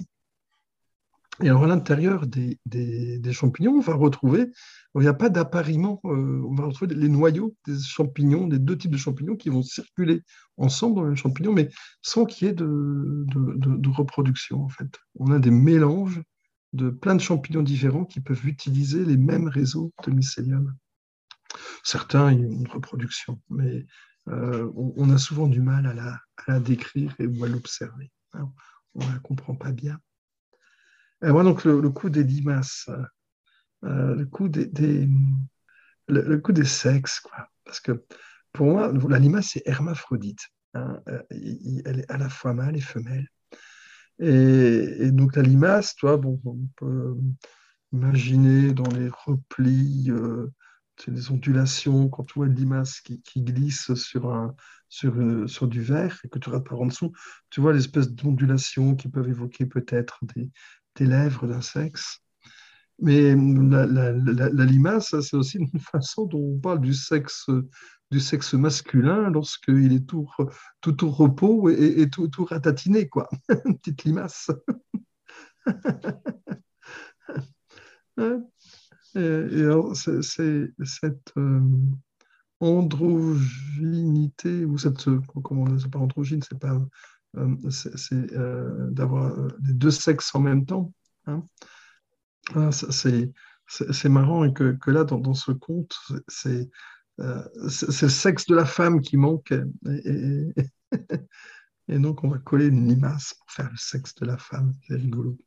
Et alors, à l'intérieur des champignons, on va retrouver, il n'y a pas d'appariement, on va retrouver les noyaux des champignons, des deux types de champignons qui vont circuler ensemble dans le champignon, mais sans qu'il y ait de reproduction, en fait. On a des mélanges de plein de champignons différents qui peuvent utiliser les mêmes réseaux de mycélium. Certains, il y a une reproduction, mais on a souvent du mal à la décrire ou à l'observer. Hein. On ne la comprend pas bien. Et moi, donc, le coup des limaces, le coup le coup des sexes, quoi. Parce que pour moi, la limace, c'est hermaphrodite. Hein. Elle est à la fois mâle et femelle. Et donc, la limace, toi, bon, on peut imaginer dans les replis, les ondulations, quand tu vois une limace qui glisse sur du verre et que tu regardes par en dessous, tu vois l'espèce d'ondulations qui peuvent évoquer peut-être des lèvres d'un sexe. Mais la limace, c'est aussi une façon dont on parle du sexe masculin lorsqu'il est tout au repos et tout ratatiné, quoi. Une petite limace. Ouais. Et alors, c'est cette androgynité, ou comment on dit, c'est pas androgyne, c'est pas, d'avoir les deux sexes en même temps. Hein. Ah, c'est marrant et que là, dans ce conte, c'est le sexe de la femme qui manque. Et donc, on va coller une limace pour faire le sexe de la femme. C'est rigolo.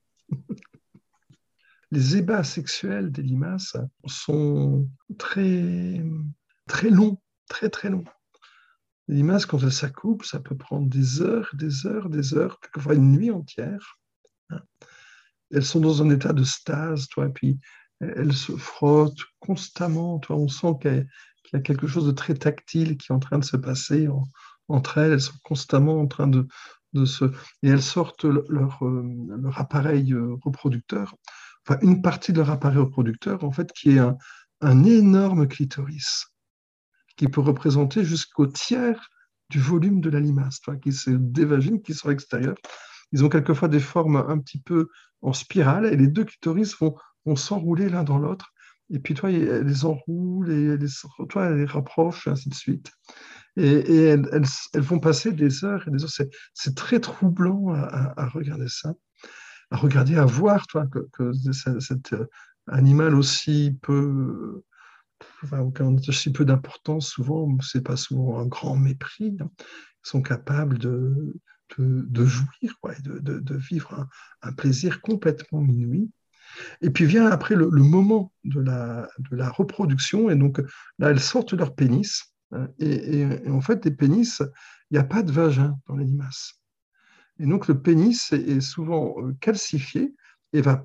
Les ébats sexuels des limaces sont très, très longs, très, très longs. Les limaces, quand elles s'accouplent, ça peut prendre des heures, des heures, des heures, quelquefois une nuit entière. Hein. Elles sont dans un état de stase, toi, et puis elles se frottent constamment, toi, on sent qu'il y a quelque chose de très tactile qui est en train de se passer entre elles. Elles sont constamment en train de se... Et elles sortent leur appareil reproducteur, enfin une partie de leur appareil reproducteur, en fait, qui est un énorme clitoris, qui peut représenter jusqu'au tiers du volume de la limace, toi, qui se dévagine, qui sort à l'extérieur. ils ont quelquefois des formes un petit peu en spirale et les deux clitoris vont s'enrouler l'un dans l'autre. Et puis toi, elle les enroule et toi, elle les rapproche, et ainsi de suite. Et elles vont passer des heures et des heures. C'est très troublant à regarder ça, à regarder, à voir, toi, que cet animal aussi peu, enfin, auquel on attache si peu d'importance, souvent, c'est pas souvent un grand mépris, hein. Ils sont capables de jouir, quoi, et de vivre un plaisir complètement inouï. Et puis vient après le moment de la reproduction, et donc là, elles sortent leur pénis, hein, et en fait, les pénis, il n'y a pas de vagin dans les limaces. Et donc le pénis est souvent calcifié et va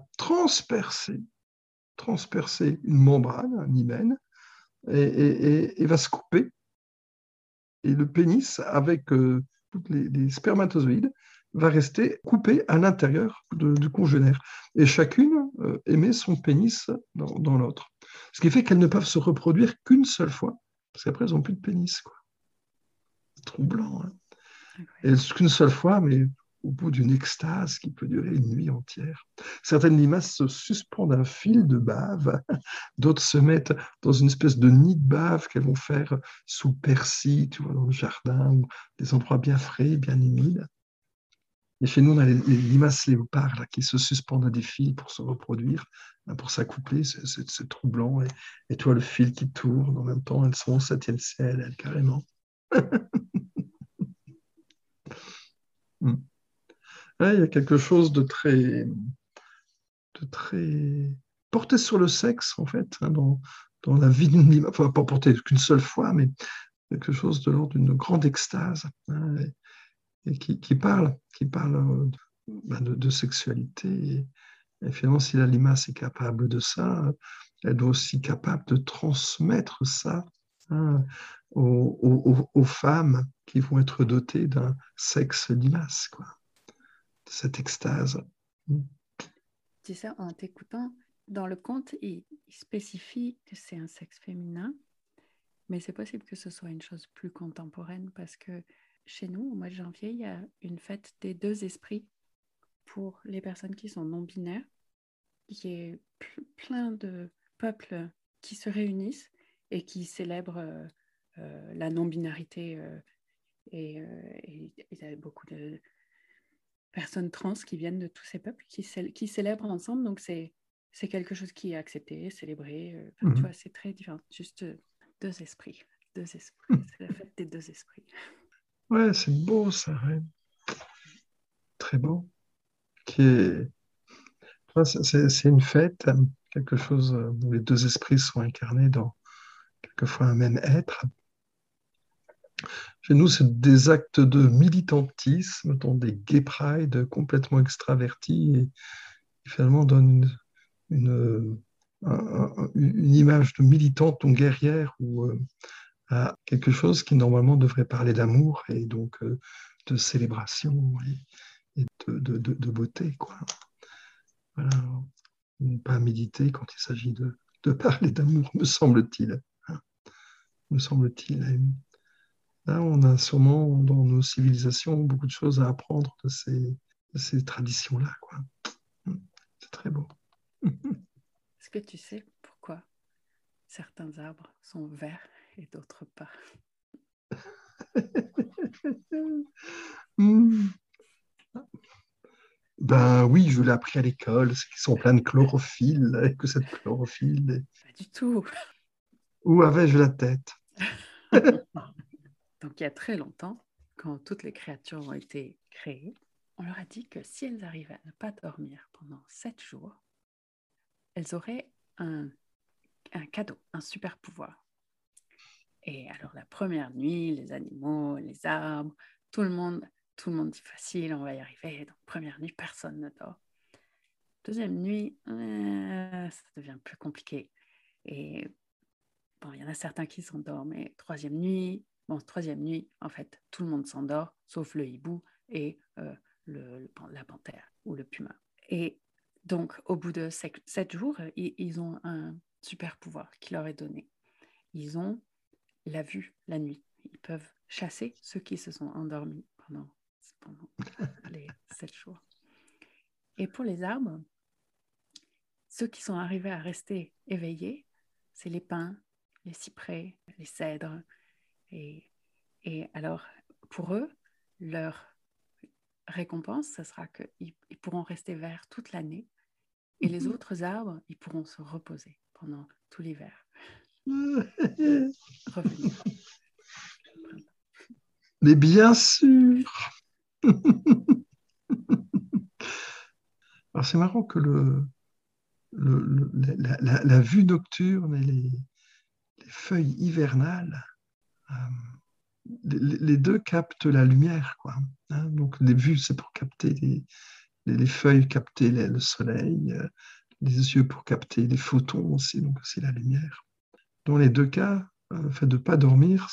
transpercer une membrane, un hymen, et va se couper. Et le pénis, avec tous les spermatozoïdes, va rester coupé à l'intérieur du congénère. Et chacune émet son pénis dans l'autre. Ce qui fait qu'elles ne peuvent se reproduire qu'une seule fois, parce qu'après, elles n'ont plus de pénis, quoi. C'est troublant, hein. Et Incroyable. qu'une seule fois, mais au bout d'une extase qui peut durer une nuit entière. Certaines limaces se suspendent à un fil de bave, d'autres se mettent dans une espèce de nid de bave qu'elles vont faire sous persil, tu vois, dans le jardin, ou des endroits bien frais, bien humides. Et chez nous, on a les limaces léopards là, qui se suspendent à des fils pour se reproduire, hein, pour s'accoupler. C'est troublant. Et toi, le fil qui tourne, en même temps, elles sont au septième ciel, elles, carrément. Mm. Ouais, il y a quelque chose de très porté sur le sexe, en fait, hein, dans la vie d'une limace. Enfin, pas porté qu'une seule fois, mais quelque chose de l'ordre d'une grande extase, hein, et qui parle de sexualité. Et finalement, si la limace est capable de ça, elle doit aussi être capable de transmettre ça, hein, aux femmes qui vont être dotées d'un sexe limace, quoi, de cette extase. Tu sais, en t'écoutant, dans le conte, il spécifie que c'est un sexe féminin, mais c'est possible que ce soit une chose plus contemporaine parce que chez nous, au mois de janvier, il y a une fête des deux esprits pour les personnes qui sont non-binaires, qui est plein de peuples qui se réunissent et qui célèbrent la non-binarité et il y a beaucoup de personnes trans qui viennent de tous ces peuples qui célèbrent ensemble. Donc, c'est quelque chose qui est accepté, célébré. Enfin, tu Mhm. vois, c'est très différent. Juste deux esprits. Deux esprits. C'est la fête des deux esprits. Ouais, c'est beau ça, ouais. Très beau. Qui est... ouais, c'est une fête, quelque chose où les deux esprits sont incarnés dans quelquefois un même être. Chez nous, c'est des actes de militantisme, dans des gay pride complètement extravertis et qui finalement donnent une image de militante, ou guerrière, ou à quelque chose qui normalement devrait parler d'amour et donc de célébration et de beauté, quoi. Voilà. Ne pas méditer quand il s'agit de parler d'amour, me semble-t-il, hein. Me semble-t-il. Et là, on a sûrement dans nos civilisations beaucoup de choses à apprendre de ces traditions-là, quoi. C'est très beau. Est-ce que tu sais pourquoi certains arbres sont verts et d'autres pas? Hmm. Ben oui, je l'ai appris à l'école, c'est qu'ils sont pleins de chlorophylle, et que cette chlorophylle. Pas du tout. Où avais-je la tête? Donc, il y a très longtemps, quand toutes les créatures ont été créées, on leur a dit que si elles arrivaient à ne pas dormir pendant 7 jours, elles auraient un cadeau, un super pouvoir. Et alors, la première nuit, les animaux, les arbres, tout le monde, tout le monde dit facile, on va y arriver. Donc, première nuit, personne ne dort. Deuxième nuit, ça devient plus compliqué. Et bon, il y en a certains qui s'endorment. Et troisième nuit, en fait, tout le monde s'endort, sauf le hibou et la panthère ou le puma. Et donc, au bout de 7 jours, ils ont un super pouvoir qui leur est donné. Ils ont la vue la nuit. Ils peuvent chasser ceux qui se sont endormis pendant les 7 jours. Et pour les arbres, ceux qui sont arrivés à rester éveillés, c'est les pins, les cyprès, les cèdres. Et, et alors, pour eux, leur récompense, ce sera qu'ils pourront rester verts toute l'année. Et les autres arbres, ils pourront se reposer pendant tout l'hiver. Revenir. Mais bien sûr. Alors c'est marrant que la vue nocturne et les feuilles hivernales, euh, les deux captent la lumière, quoi. Hein. Donc les vues, c'est pour capter les feuilles, capter le soleil, les yeux pour capter les photons aussi, donc aussi la lumière. Dans les deux cas, le fait de ne pas dormir,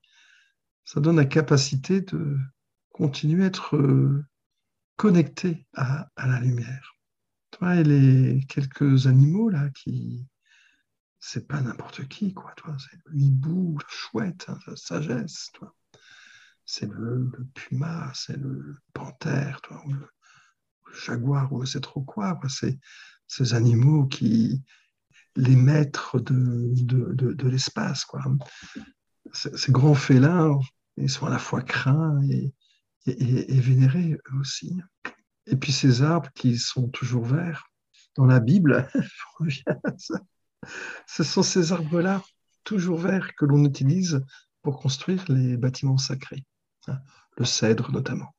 ça donne la capacité de continuer à être connecté à la lumière. Toi, et les quelques animaux là qui, c'est pas n'importe qui, quoi. Toi, c'est le hibou, la chouette, hein, la sagesse, toi. C'est le puma, c'est le panthère, toi, ou le jaguar, ou c'est trop quoi. C'est ces animaux qui, les maîtres de l'espace, quoi. Ces grands félins, ils sont à la fois craints et vénérés eux aussi. Et puis ces arbres qui sont toujours verts. Dans la Bible, je reviens à ça, ce sont ces arbres-là, toujours verts, que l'on utilise pour construire les bâtiments sacrés, hein, le cèdre notamment.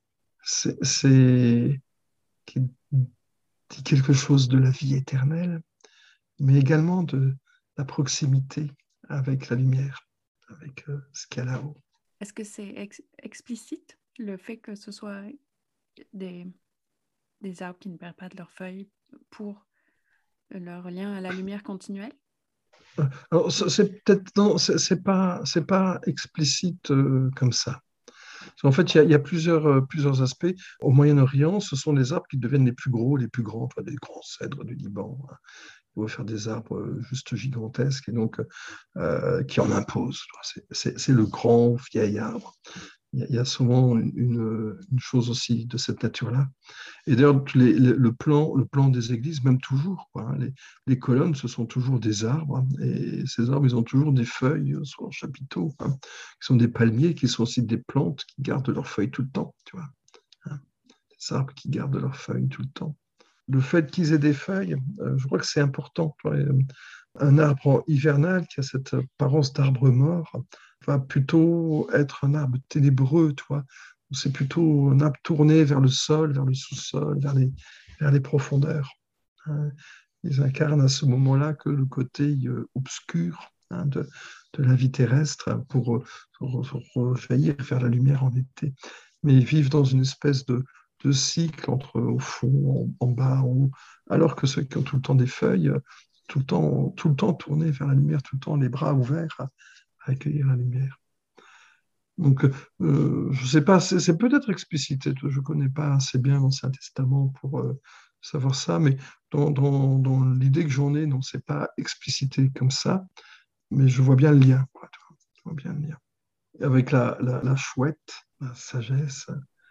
C'est qui dit quelque chose de la vie éternelle, mais également de la proximité avec la lumière, avec ce qu'il y a là-haut. Est-ce que c'est explicite, le fait que ce soit des, des arbres qui ne perdent pas de leurs feuilles pour leur lien à la lumière continuelle? Alors, c'est peut-être non, c'est pas explicite comme ça. En fait, il y a plusieurs aspects. Au Moyen-Orient, ce sont les arbres qui deviennent les plus gros, les plus grands, tu vois, des grands cèdres du Liban. Hein. On va faire des arbres juste gigantesques et donc qui en imposent. C'est le grand vieil arbre. Il y a souvent une chose aussi de cette nature-là. Et d'ailleurs, le plan des églises, même toujours, quoi, hein, les colonnes, ce sont toujours des arbres. Hein, et ces arbres, ils ont toujours des feuilles sur leurs chapiteaux, hein, qui sont des palmiers, qui sont aussi des plantes qui gardent leurs feuilles tout le temps, tu vois. Hein, des arbres qui gardent leurs feuilles tout le temps. Le fait qu'ils aient des feuilles, je crois que c'est important. Tu vois, un arbre hivernal qui a cette apparence d'arbre mort va plutôt être un arbre ténébreux, tu vois. C'est plutôt un arbre tourné vers le sol, vers le sous-sol, vers les profondeurs. Hein. Ils incarnent à ce moment-là que le côté obscur, hein, de la vie terrestre pour rejaillir vers la lumière en été. Mais ils vivent dans une espèce de cycle entre au fond, en bas, en haut, alors que ceux qui ont tout le temps des feuilles, tout le temps tournés vers la lumière, tout le temps les bras ouverts à accueillir la lumière. Donc, je ne sais pas, c'est peut-être explicité, je ne connais pas assez bien l'Ancien Testament pour savoir ça, mais dans l'idée que j'en ai, non, ce n'est pas explicité comme ça, mais je vois bien le lien, quoi, tu vois, je vois bien le lien. Et avec la chouette, la sagesse,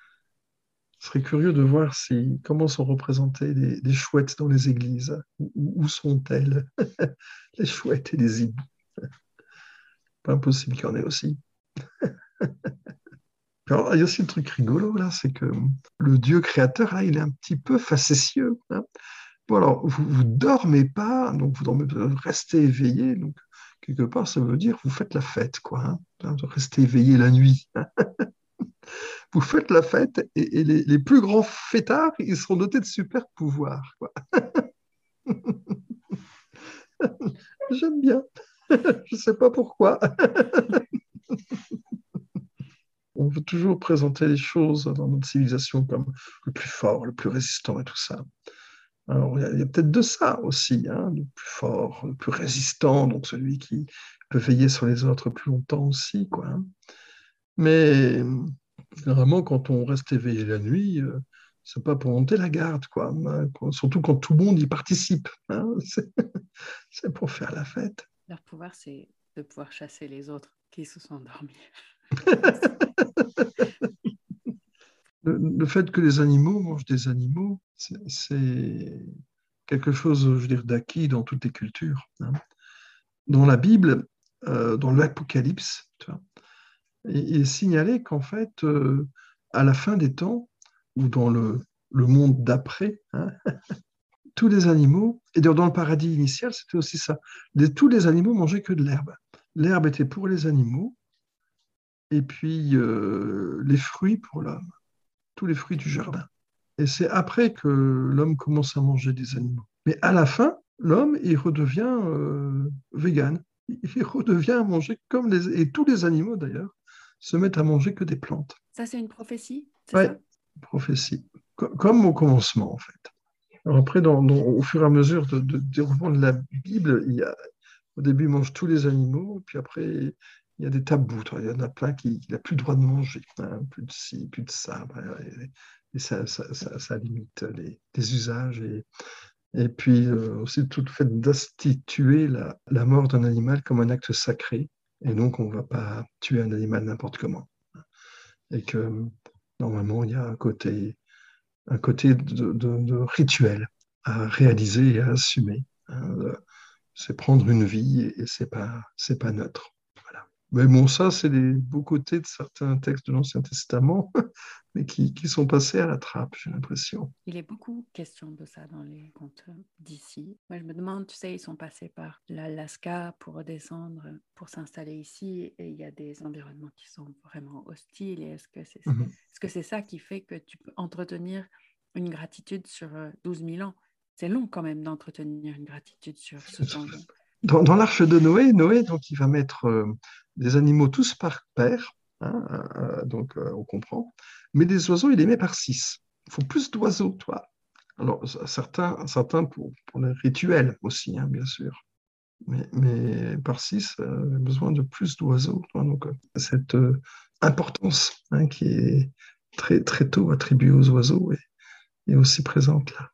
je serais curieux de voir comment sont représentées les chouettes dans les églises. Où sont-elles, les chouettes et les hiboux? Pas impossible qu'il y en ait aussi. Alors, il y a aussi le truc rigolo, là, c'est que le Dieu créateur, là, il est un petit peu facétieux. Hein. Bon, alors, vous dormez pas, donc vous dormez, restez éveillé, donc quelque part, ça veut dire vous faites la fête, quoi. Hein, restez éveillé la nuit. Hein. Vous faites la fête et les plus grands fêtards, ils seront dotés de super pouvoirs, quoi. J'aime bien. Je ne sais pas pourquoi. On veut toujours présenter les choses dans notre civilisation comme le plus fort, le plus résistant et tout ça. Alors, il y a peut-être de ça aussi, hein, le plus fort, le plus résistant, donc celui qui peut veiller sur les autres plus longtemps aussi, quoi. Hein. Mais généralement, quand on reste éveillé la nuit, c'est pas pour monter la garde, quoi. Hein, surtout quand tout le monde y participe. Hein, c'est pour faire la fête. Leur pouvoir, c'est de pouvoir chasser les autres qui se sont endormis. Le fait que les animaux mangent des animaux, c'est quelque chose, je veux dire, d'acquis dans toutes les cultures, hein. Dans la Bible, dans l'Apocalypse, tu vois, il est signalé qu'en fait, à la fin des temps, ou dans le monde d'après, hein, tous les animaux, et dans le paradis initial, c'était aussi ça. Tous les animaux mangeaient que de l'herbe. L'herbe était pour les animaux, et puis les fruits pour l'homme, tous les fruits du jardin. Et c'est après que l'homme commence à manger des animaux. Mais à la fin, l'homme, il redevient vegan. Il redevient à manger comme et tous les animaux d'ailleurs se mettent à manger que des plantes. Ça, c'est une prophétie, c'est Ouais, ça? prophétie. Comme au commencement, en fait. Alors après, au fur et à mesure de déroulement de la Bible, au début, ils mangent tous les animaux, puis après, il y a des tabous. Toi. Il y en a plein qui n'ont plus le droit de manger, hein, plus de ci, plus de ça. Et ça limite les usages. Et puis aussi tout le fait d'instituer la mort d'un animal comme un acte sacré. Et donc, on ne va pas tuer un animal n'importe comment. Et que normalement, il y a un côté de rituel à réaliser et à assumer, hein. C'est prendre une vie et c'est pas neutre. Voilà. Mais bon, ça, c'est les beaux côtés de certains textes de l'Ancien Testament, mais qui sont passés à la trappe, j'ai l'impression. Il est beaucoup question de ça dans les contes d'ici. Moi, je me demande, tu sais, ils sont passés par l'Alaska pour redescendre, pour s'installer ici, et il y a des environnements qui sont vraiment hostiles. Et Mhm. est-ce que c'est ça qui fait que tu peux entretenir une gratitude sur 12 000 ans? C'est long quand même d'entretenir une gratitude sur ce temps long. Dans l'arche de Noé, Noé, donc, il va mettre des animaux tous par paire, hein, donc on comprend, mais des oiseaux, il les met par six. Il faut plus d'oiseaux, toi. Alors, certains pour les rituels aussi, hein, bien sûr. Mais par six, besoin de plus d'oiseaux, toi. Donc, cette importance, hein, qui est très, très tôt attribuée aux oiseaux est aussi présente là.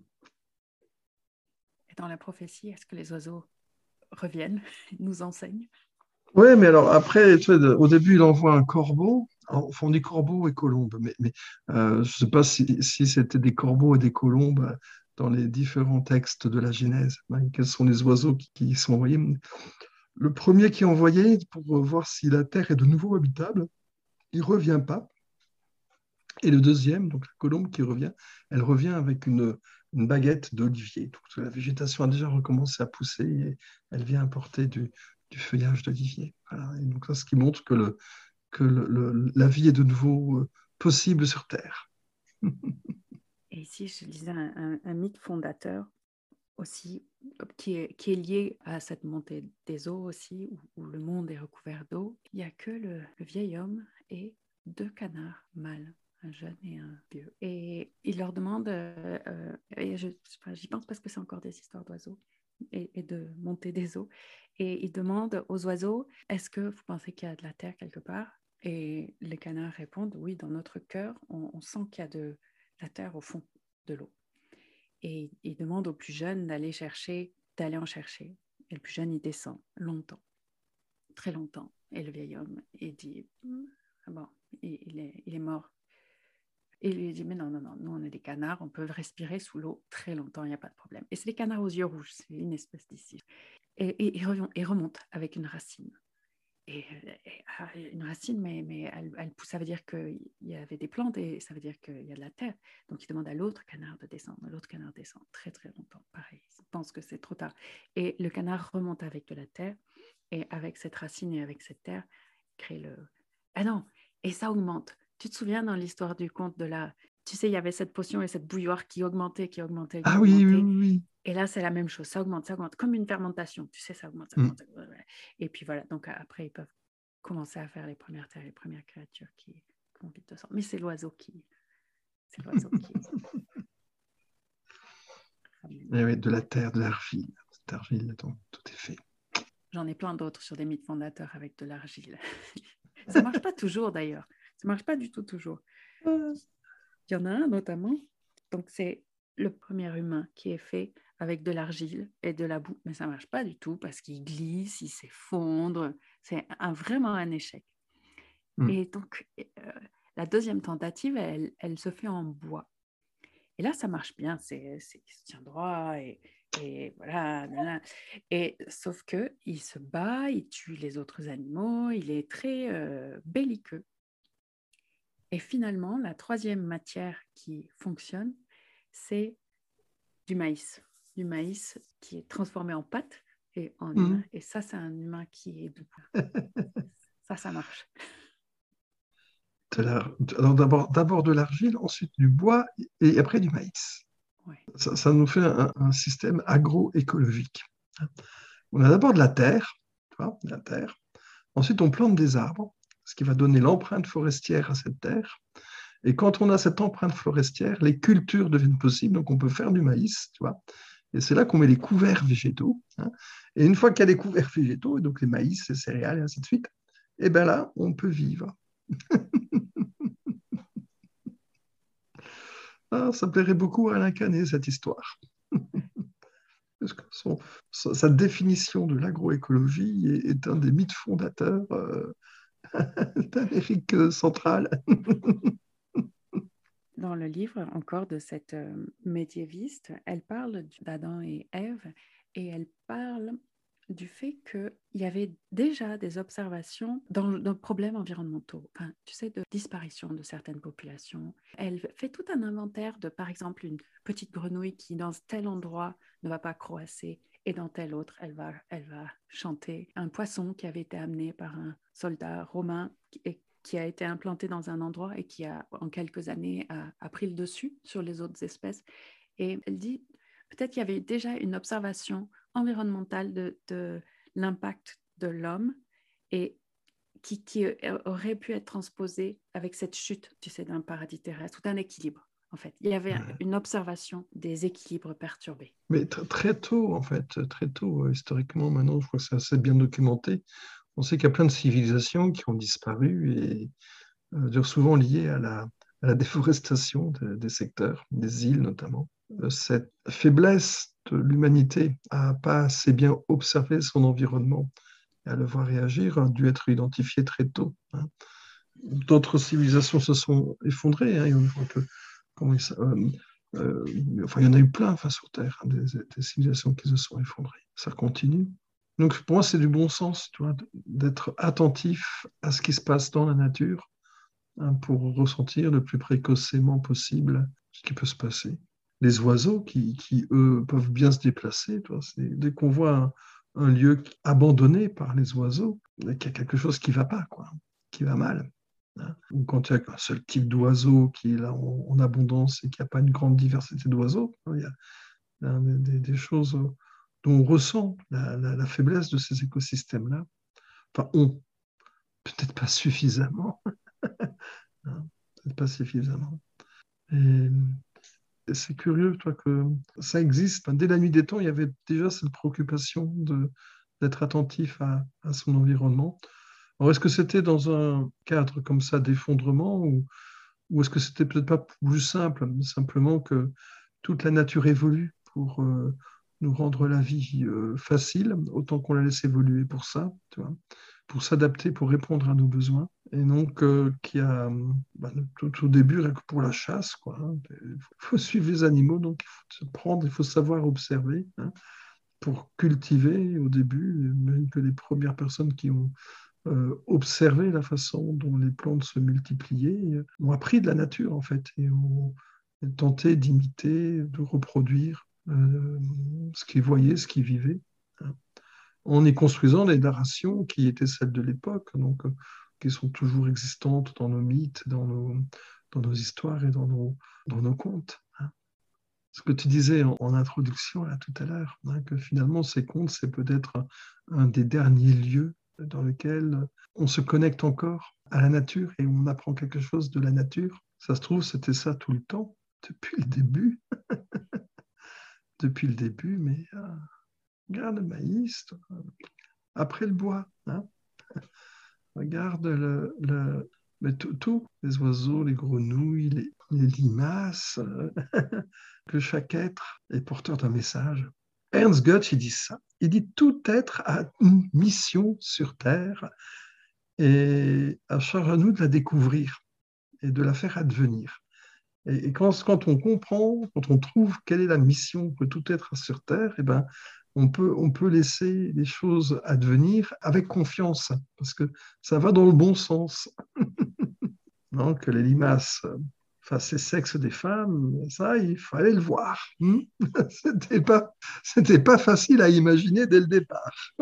Et dans la prophétie, est-ce que les oiseaux reviennent, nous enseignent? Oui, mais alors après, tu vois, au début, il envoie un corbeau. Alors, on dit corbeau et colombe, je ne sais pas si c'était des corbeaux et des colombes dans les différents textes de la Genèse, hein. Quels sont les oiseaux qui sont envoyés? Le premier qui est envoyé pour voir si la terre est de nouveau habitable, il ne revient pas. Et le deuxième, donc la colombe qui revient, elle revient avec une baguette d'olivier. Donc la végétation a déjà recommencé à pousser et elle vient apporter du feuillage d'olivier. Voilà. Et donc ça, ce qui montre que la vie est de nouveau possible sur Terre. Et ici, je lisais un mythe fondateur aussi qui est lié à cette montée des eaux aussi, où le monde est recouvert d'eau. Il n'y a que le vieil homme et deux canards mâles, un jeune et un vieux. Et il leur demande, et j'y pense parce que c'est encore des histoires d'oiseaux et de montée des eaux, et il demande aux oiseaux, est-ce que vous pensez qu'il y a de la terre quelque part? Et les canards répondent, oui, dans notre cœur, on sent qu'il y a de la terre au fond de l'eau. Et il demande au plus jeune d'aller en chercher. Et le plus jeune, il descend longtemps, très longtemps. Et le vieil homme, il dit, ah bon, il est mort. Et il lui dit, mais non, non, non, nous on est des canards, on peut respirer sous l'eau très longtemps, il n'y a pas de problème. Et c'est des canards aux yeux rouges, c'est une espèce d'ici. Et il remonte avec une racine. Une racine, mais elle pousse, ça veut dire qu'il y avait des plantes et ça veut dire qu'il y a de la terre. Donc il demande à l'autre canard de descendre. L'autre canard descend très très longtemps, pareil. Il pense que c'est trop tard. Et le canard remonte avec de la terre et avec cette racine et avec cette terre, crée le... Ah non, et ça augmente. Tu te souviens dans l'histoire du conte de la... Tu sais, il y avait cette potion et cette bouilloire qui augmentait, qui augmentait, qui Ah oui, oui, augmentait. oui. Et là, c'est la même chose, ça augmente, comme une fermentation. Tu sais, ça augmente, ça Oui. augmente. Ça augmente. Et puis voilà, donc après, ils peuvent commencer à faire les premières terres, les premières créatures qui ont envie de sortir. Mais c'est l'oiseau qui... C'est l'oiseau qui... Et oui, de la terre, de l'argile. Cette argile dont tout est fait. J'en ai plein d'autres sur des mythes fondateurs avec de l'argile. Ça marche pas toujours d'ailleurs. Ça marche pas du tout toujours. Il y en a un notamment. Donc c'est le premier humain qui est fait avec de l'argile et de la boue. Mais ça marche pas du tout parce qu'il glisse, il s'effondre. C'est vraiment un échec. Mm. Et donc, La deuxième tentative, elle se fait en bois. Et là, ça marche bien, il se tient droit et voilà. Nanana. Et, sauf qu'il se bat, il tue les autres animaux, il est très belliqueux. Et finalement, la troisième matière qui fonctionne, c'est du maïs. Du maïs qui est transformé en pâte et en humain. Et ça, c'est un humain qui est doux. Ça marche. Alors d'abord de l'argile, ensuite du bois et après du maïs. Ouais. Ça nous fait un système agroécologique. On a d'abord de la terre, tu vois, de la terre. Ensuite, on plante des arbres, ce qui va donner l'empreinte forestière à cette terre. Et quand on a cette empreinte forestière, les cultures deviennent possibles. Donc, on peut faire du maïs, tu vois. Et c'est là qu'on met les couverts végétaux. Hein. Et une fois qu'il y a les couverts végétaux, et donc les maïs, les céréales et ainsi de suite, et bien là, on peut vivre. Ah, ça plairait beaucoup à Alain Canet, cette histoire. Parce que sa définition de l'agroécologie est un des mythes fondateurs d'Amérique centrale. Dans le livre encore de cette médiéviste, elle parle d'Adam et Ève et elle parle du fait qu'il y avait déjà des observations dans nos problèmes environnementaux, enfin, tu sais, de disparition de certaines populations. Elle fait tout un inventaire de, par exemple, une petite grenouille qui, dans tel endroit, ne va pas croasser et dans tel autre, elle va chanter. Un poisson qui avait été amené par un soldat romain et qui a été implanté dans un endroit et qui a, en quelques années, a pris le dessus sur les autres espèces. Et elle dit, peut-être qu'il y avait déjà une observation environnementale de l'impact de l'homme et qui aurait pu être transposée avec cette chute, tu sais, d'un paradis terrestre ou d'un équilibre. En fait, il y avait une observation des équilibres perturbés. Mais très tôt, en fait, très tôt, historiquement, maintenant, je crois que c'est assez bien documenté. On sait qu'il y a plein de civilisations qui ont disparu et souvent liées à la déforestation des secteurs, des îles notamment. Cette faiblesse de l'humanité à pas assez bien observer son environnement et à le voir réagir a dû être identifiée très tôt. Hein. D'autres civilisations se sont effondrées. Hein, et on voit que, enfin, il y en a eu plein enfin, sur Terre, hein, des civilisations qui se sont effondrées. Ça continue. Donc pour moi, c'est du bon sens, tu vois, d'être attentif à ce qui se passe dans la nature hein, pour ressentir le plus précocement possible ce qui peut se passer. Les oiseaux eux, peuvent bien se déplacer. Tu vois, dès qu'on voit un lieu abandonné par les oiseaux, il y a quelque chose qui ne va pas, quoi, qui va mal. Hein. Ou quand il y a un seul type d'oiseau qui est là en abondance et qu'il n'y a pas une grande diversité d'oiseaux, hein, il y a des choses dont on ressent la faiblesse de ces écosystèmes-là. Enfin, peut-être pas suffisamment. Hein, peut-être pas suffisamment. Et c'est curieux, toi, que ça existe. Enfin, dès la nuit des temps, il y avait déjà cette préoccupation d'être attentif à son environnement. Alors, est-ce que c'était dans un cadre comme ça d'effondrement ou est-ce que c'était peut-être pas plus simple, simplement que toute la nature évolue pour nous rendre la vie facile, autant qu'on la laisse évoluer pour ça, tu vois, pour s'adapter, pour répondre à nos besoins. Et donc, qui a, tout au début, rien que pour la chasse, quoi. Hein, faut suivre les animaux, donc il faut se prendre, il faut savoir observer. Hein, pour cultiver au début, même que les premières personnes qui ont observé la façon dont les plantes se multipliaient, ont appris de la nature en fait et ont tenté d'imiter, de reproduire ce qu'ils voyaient, ce qu'ils vivaient, hein, en y construisant des narrations qui étaient celles de l'époque, donc qui sont toujours existantes dans nos mythes, dans nos histoires et dans nos contes. Hein. Ce que tu disais en introduction là tout à l'heure, hein, que finalement ces contes, c'est peut-être un des derniers lieux dans lequel on se connecte encore à la nature et on apprend quelque chose de la nature. Ça se trouve, c'était ça tout le temps, depuis le début, depuis le début, mais regarde le maïs, après le bois, hein, regarde mais tout, les oiseaux, les grenouilles, les limaces, que chaque être est porteur d'un message. Ernst Goethe, il dit ça. Il dit tout être a une mission sur Terre et à charge à nous de la découvrir et de la faire advenir. Et quand on comprend, quand on trouve quelle est la mission que tout être a sur Terre, eh ben, on peut laisser les choses advenir avec confiance, parce que ça va dans le bon sens. Non, que les limaces fassent les sexes des femmes, ça, il fallait le voir. C'était pas facile à imaginer dès le départ.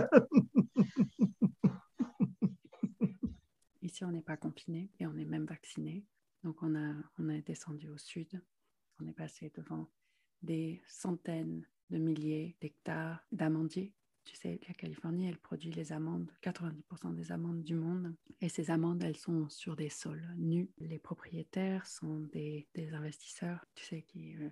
Ici, on n'est pas confiné et on est même vacciné. Donc, on a descendu au sud. On est passé devant des centaines de milliers d'hectares d'amandiers. Tu sais, la Californie, elle produit les amandes, 90% des amandes du monde. Et ces amandes, elles sont sur des sols nus. Les propriétaires sont des investisseurs, tu sais,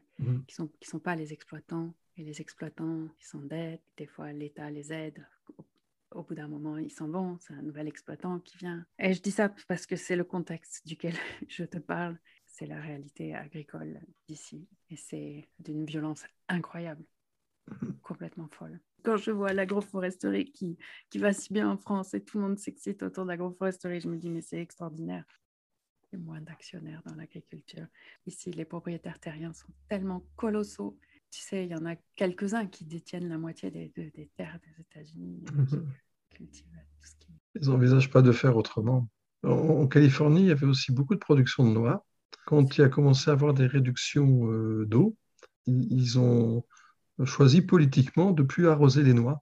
qui sont pas les exploitants. Et les exploitants, ils s'endettent. Des fois, l'État les aide. Au bout d'un moment, ils s'en vont. C'est un nouvel exploitant qui vient. Et je dis ça parce que c'est le contexte duquel je te parle. C'est la réalité agricole d'ici. Et c'est d'une violence incroyable, complètement folle. Quand je vois l'agroforesterie qui va si bien en France et tout le monde s'excite autour de l'agroforesterie, je me dis, mais c'est extraordinaire. Il y a moins d'actionnaires dans l'agriculture. Ici, les propriétaires terriens sont tellement colossaux. Tu sais, il y en a quelques-uns qui détiennent la moitié des terres des États-Unis qui cultivent tout ce qui... Ils n'envisagent pas de faire autrement. En Californie, il y avait aussi beaucoup de production de noix. Quand il a commencé à avoir des réductions d'eau, ils ont choisi politiquement de ne plus arroser les noix.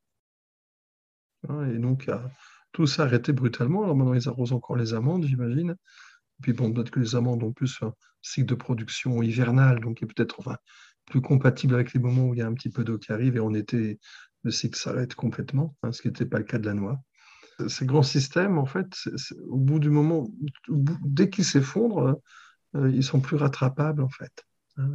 Hein, et donc, tout s'est arrêté brutalement. Alors maintenant, ils arrosent encore les amandes, j'imagine. Et puis bon, peut-être que les amandes ont plus un cycle de production hivernal, donc qui est peut-être enfin, plus compatible avec les moments où il y a un petit peu d'eau qui arrive et en été, le cycle s'arrête complètement, hein, ce qui n'était pas le cas de la noix. Ces grands systèmes, en fait, au bout du moment, dès qu'ils s'effondrent, ils sont plus rattrapables, en fait. Hein,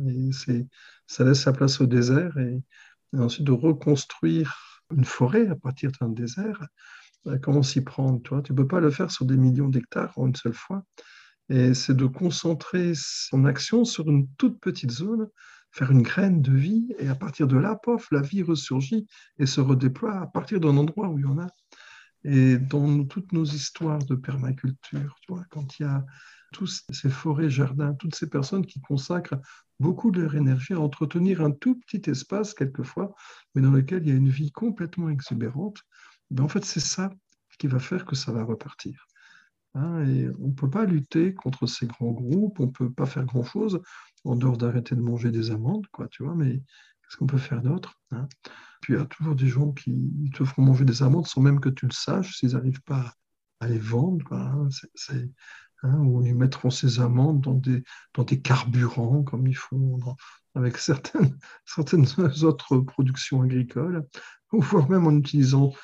ça laisse sa place au désert et ensuite de reconstruire une forêt à partir d'un désert, comment s'y prendre, toi? Tu ne peux pas le faire sur des millions d'hectares en une seule fois. Et c'est de concentrer son action sur une toute petite zone, faire une graine de vie, et à partir de là, pof, la vie ressurgit et se redéploie à partir d'un endroit où il y en a. Et dans toutes nos histoires de permaculture, tu vois, quand il y a tous ces forêts, jardins, toutes ces personnes qui consacrent beaucoup de leur énergie à entretenir un tout petit espace, quelquefois, mais dans lequel il y a une vie complètement exubérante, ben en fait, c'est ça qui va faire que ça va repartir. Hein, et on ne peut pas lutter contre ces grands groupes, on ne peut pas faire grand-chose en dehors d'arrêter de manger des amandes, quoi, tu vois, mais qu'est-ce qu'on peut faire d'autre, hein? Puis il y a toujours des gens qui te feront manger des amandes sans même que tu le saches, s'ils n'arrivent pas à les vendre, quoi, hein, hein, ou ils mettront ces amandes dans des carburants, comme ils font avec certaines autres productions agricoles, ou voire même en utilisant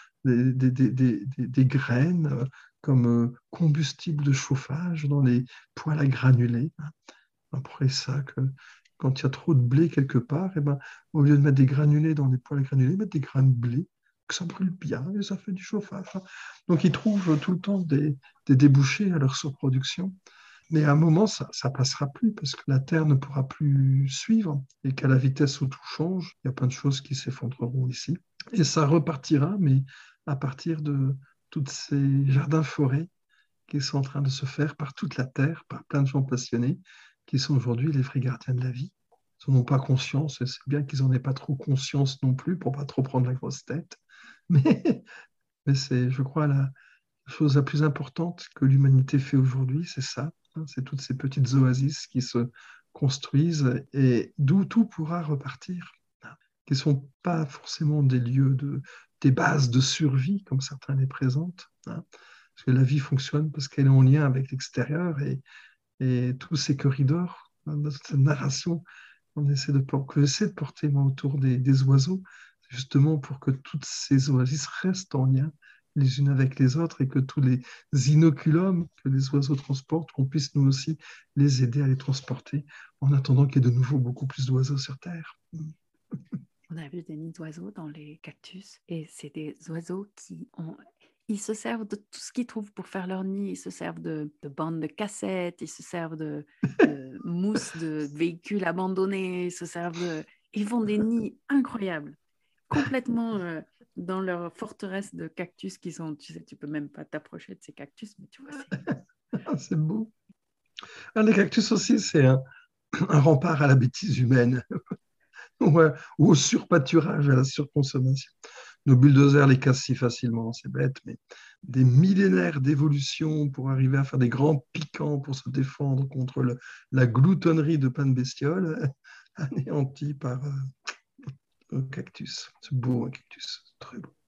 des graines comme combustible de chauffage dans les poêles à granulés. Après ça, quand il y a trop de blé quelque part, eh ben, au lieu de mettre des granulés dans les poêles à granulés, mettre des grains de blé, que ça brûle bien et ça fait du chauffage. Hein. Donc ils trouvent tout le temps des débouchés à leur surproduction. Mais à un moment, ça ne passera plus parce que la Terre ne pourra plus suivre et qu'à la vitesse où tout change, il y a plein de choses qui s'effondreront ici. Et ça repartira, mais à partir de tous ces jardins-forêts qui sont en train de se faire par toute la Terre, par plein de gens passionnés, qui sont aujourd'hui les vrais gardiens de la vie. Ils n'en ont pas conscience, et c'est bien qu'ils n'en aient pas trop conscience non plus pour pas trop prendre la grosse tête. Mais, mais c'est, je crois, la chose la plus importante que l'humanité fait aujourd'hui, c'est ça. Hein, c'est toutes ces petites oasis qui se construisent et d'où tout pourra repartir, hein, qui ne sont pas forcément des lieux des bases de survie, comme certains les présentent. Hein, parce que la vie fonctionne parce qu'elle est en lien avec l'extérieur et tous ces corridors, hein, dans cette narration que j'essaie de porter moi, autour des oiseaux, c'est justement pour que toutes ces oasis restent en lien les unes avec les autres et que tous les inoculums que les oiseaux transportent, qu'on puisse nous aussi les aider à les transporter en attendant qu'il y ait de nouveau beaucoup plus d'oiseaux sur Terre. On a vu des nids d'oiseaux dans les cactus et c'est des oiseaux ils se servent de tout ce qu'ils trouvent pour faire leur nid. Ils se servent de bandes de cassettes, ils se servent de mousse de véhicules abandonnés, ils font des nids incroyables, complètement dans leur forteresse de cactus qui sont, tu sais, tu peux même pas t'approcher de ces cactus, mais tu vois, C'est beau. Les cactus aussi, c'est un rempart à la bêtise humaine, ouais, ou au surpâturage, à la surconsommation. Nos bulldozers les cassent si facilement, c'est bête, mais des millénaires d'évolution pour arriver à faire des grands piquants pour se défendre contre la gloutonnerie de plein de bestioles, anéantis par un cactus. C'est beau, un cactus, c'est très beau.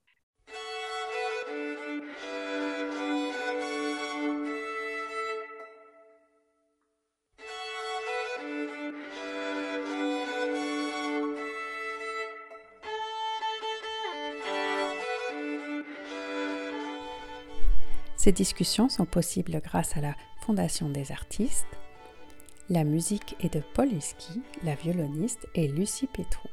Ces discussions sont possibles grâce à la Fondation des artistes. La musique est de Paul Husky, la violoniste est Lucie Pétrou.